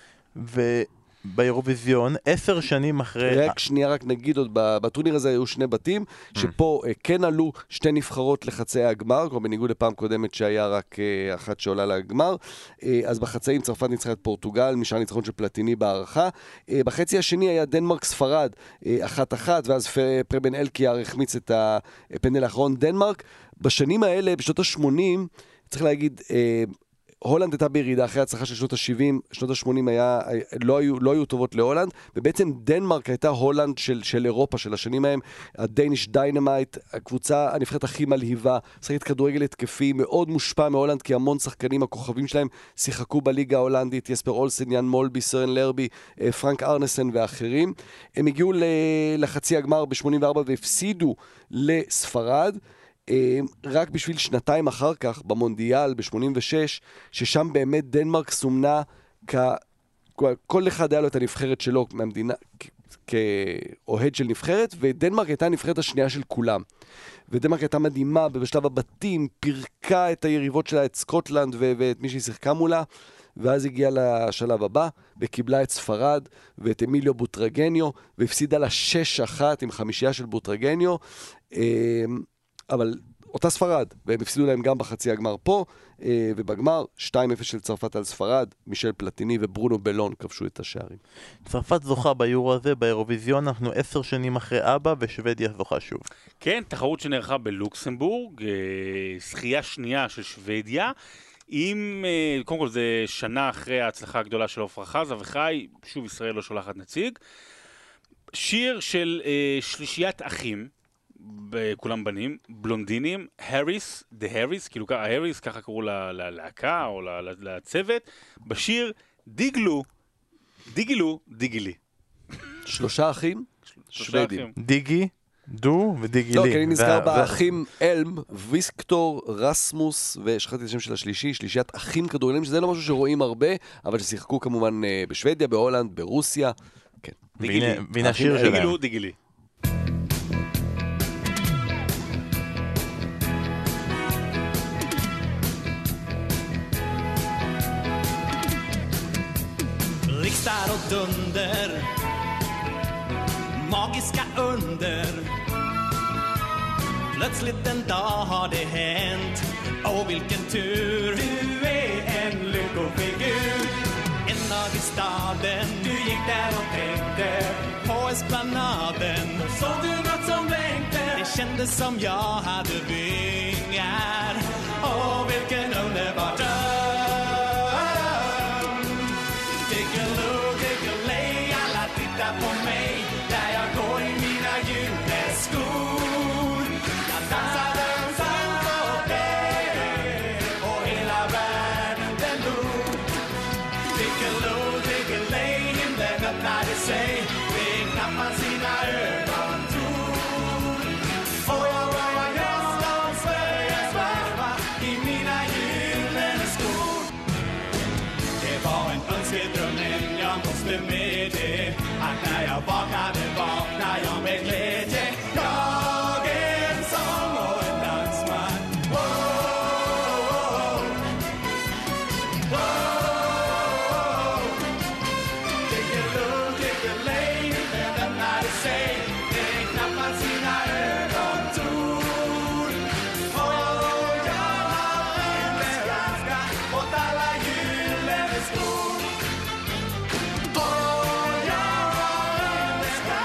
ובאירוויזיון, עשר שנים אחרי... רק שנייה, רק נגיד עוד, בטורניר הזה היו שני בתים, שפה אה, כן עלו שתי נבחרות לחצאי הגמר, כמו בניגוד לפעם קודמת שהיה רק אה, אחת שעולה לגמר, אה, אז בחצאים צרפת ניצחה את פורטוגל, משאר ניצחון של פלטיני בהערכה, אה, בחצי השני היה דנמרק ספרד, אה, אחת אחת, ואז פרבן אלקיאר החמיץ את הפנדל האחרון. דנמרק, בשנים האלה, בשנות ה-שמונים, צריך להגיד, אה, הולנד הייתה בירידה אחרי הצלחה של שנות ה-שבעים, שנות ה-שמונים היה, לא, היו, לא היו טובות להולנד, ובעצם דנמרק הייתה הולנד של, של אירופה של השנים ההם, הדייניש דיינמייט, הקבוצה הנבחרת הכי מלהיבה, שחקת כדורגל התקפי, מאוד מושפע מהולנד, כי המון שחקנים, הכוכבים שלהם, שיחקו בליגה ההולנדית, יספר אולסן, יאן מולבי, סרן לרבי, פרנק ארנסן ואחרים. הם הגיעו לחצי הגמר ב-שמונים וארבע והפסידו לספרד, רק בשביל שנתיים אחר כך, במונדיאל, ב-שמונים ושש, ששם באמת דנמרק סומנה, כ... כל אחד היה לו את הנבחרת שלו מהמדינה, כאוהד של נבחרת, ודנמרק הייתה הנבחרת השנייה של כולם. ודנמרק הייתה מדהימה, בשלב הבתים, פירקה את היריבות שלה, את סקוטלנד ו- ואת מי שהיא שיחקה מולה, ואז הגיעה לשלב הבא, וקיבלה את ספרד, ואת אמיליו בוטרגניו, והפסידה לה שש אחת עם חמישייה של בוטרגניו, אבל אותה ספרד, והם הפסידו להם גם בחצי הגמר פה, ובגמר שתיים אפס של צרפת על ספרד, מישל פלטיני וברונו בלון כבשו את השערים. צרפת זוכה ביורו הזה, באירוויזיון, אנחנו עשר שנים אחרי אבא, ושוודיה זוכה שוב. כן, תחרות שנערכה בלוקסמבורג, זכייה שנייה של שוודיה, עם, קודם כל זה שנה אחרי ההצלחה הגדולה של עופרה חזה וחי, שוב ישראל לא שולחת נציג, שיר של שלישיית אחים, כולם בנים, בלונדינים, הריס, דה הריס, כאילו ההריס, ככה קראו ללהקה או לצוות, בשיר דיגלו, דיגלו, דיגילי. שלושה אחים? שוודים. דיגי, דו ודיגי לא, לי. כי אני נזכר באחים אלם, ויסקטור, רסמוס, ושכחתי את השם של השלישי, שלישיית אחים כדורגלנים, שזה לא משהו שרואים הרבה, אבל ששיחקו כמובן בשוודיה, בהולנד, ברוסיה. כן. דיגילי. והנה השיר שלהם. דיגלו, דיגילי. Blixtar och dunder, magiska under. Plötsligt en dag har det hänt, åh vilken tur. Du är en lyckofigur. En dag i staden, du gick där och tänkte på esplanaden. Såg du något som blänkte? Det kändes som jag hade vingar. Åh vilken underbar dröm. På mig, där jag går i mina juleskor. Jag dansar dansar på dig, och hela världen den log. Diggiloo, diggiley, himlen öppnade sig, fick knappa sina ögon tog. Och jag var just och Sveriges varva i mina juleskor. Det var en önskedröm, men jag måste med det. Att när jag vaknade, vaknar jag med glädje. Jag är en sång och en dansman. Oh, oh, oh. Oh, oh. Diggiloo, diggiley, himlen öppnade sig. Det knappar sina ögon tog. Och jag har en ganska åt alla julens skor.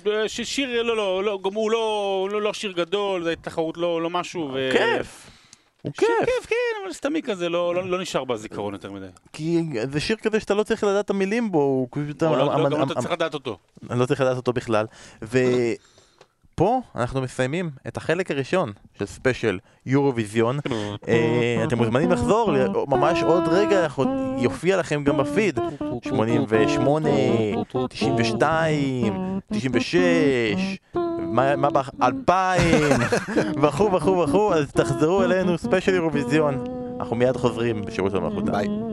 ששיר, לא, לא, לא, גם הוא לא, לא, לא שיר גדול, זה תחרות לא, לא משהו. ו... כיף. הוא שיר כיף. כיף, כן, אבל סתמי כזה, לא, לא, לא נשאר בזיכרון יותר מדי. כי זה שיר כזה שאתה לא צריך לדעת את המילים בו, הוא פשוט... לא, לא, המ- גם המ- אתה צריך לדעת אותו. אני לא צריך לדעת אותו בכלל. ופה אנחנו מסיימים את החלק הראשון של ספיישל יורוויזיון. אה, אתם מוזמנים לחזור, ל- ממש עוד רגע עוד יופיע לכם גם בפיד. שמונים ושמונה, תשעים ושתיים, תשעים ושש, מה מה ב-אלפיים, וכו' וכו' וכו', אז תחזרו אלינו ספיישל יורוויזיון. אנחנו מיד חוזרים בשירות המלכותה. ביי.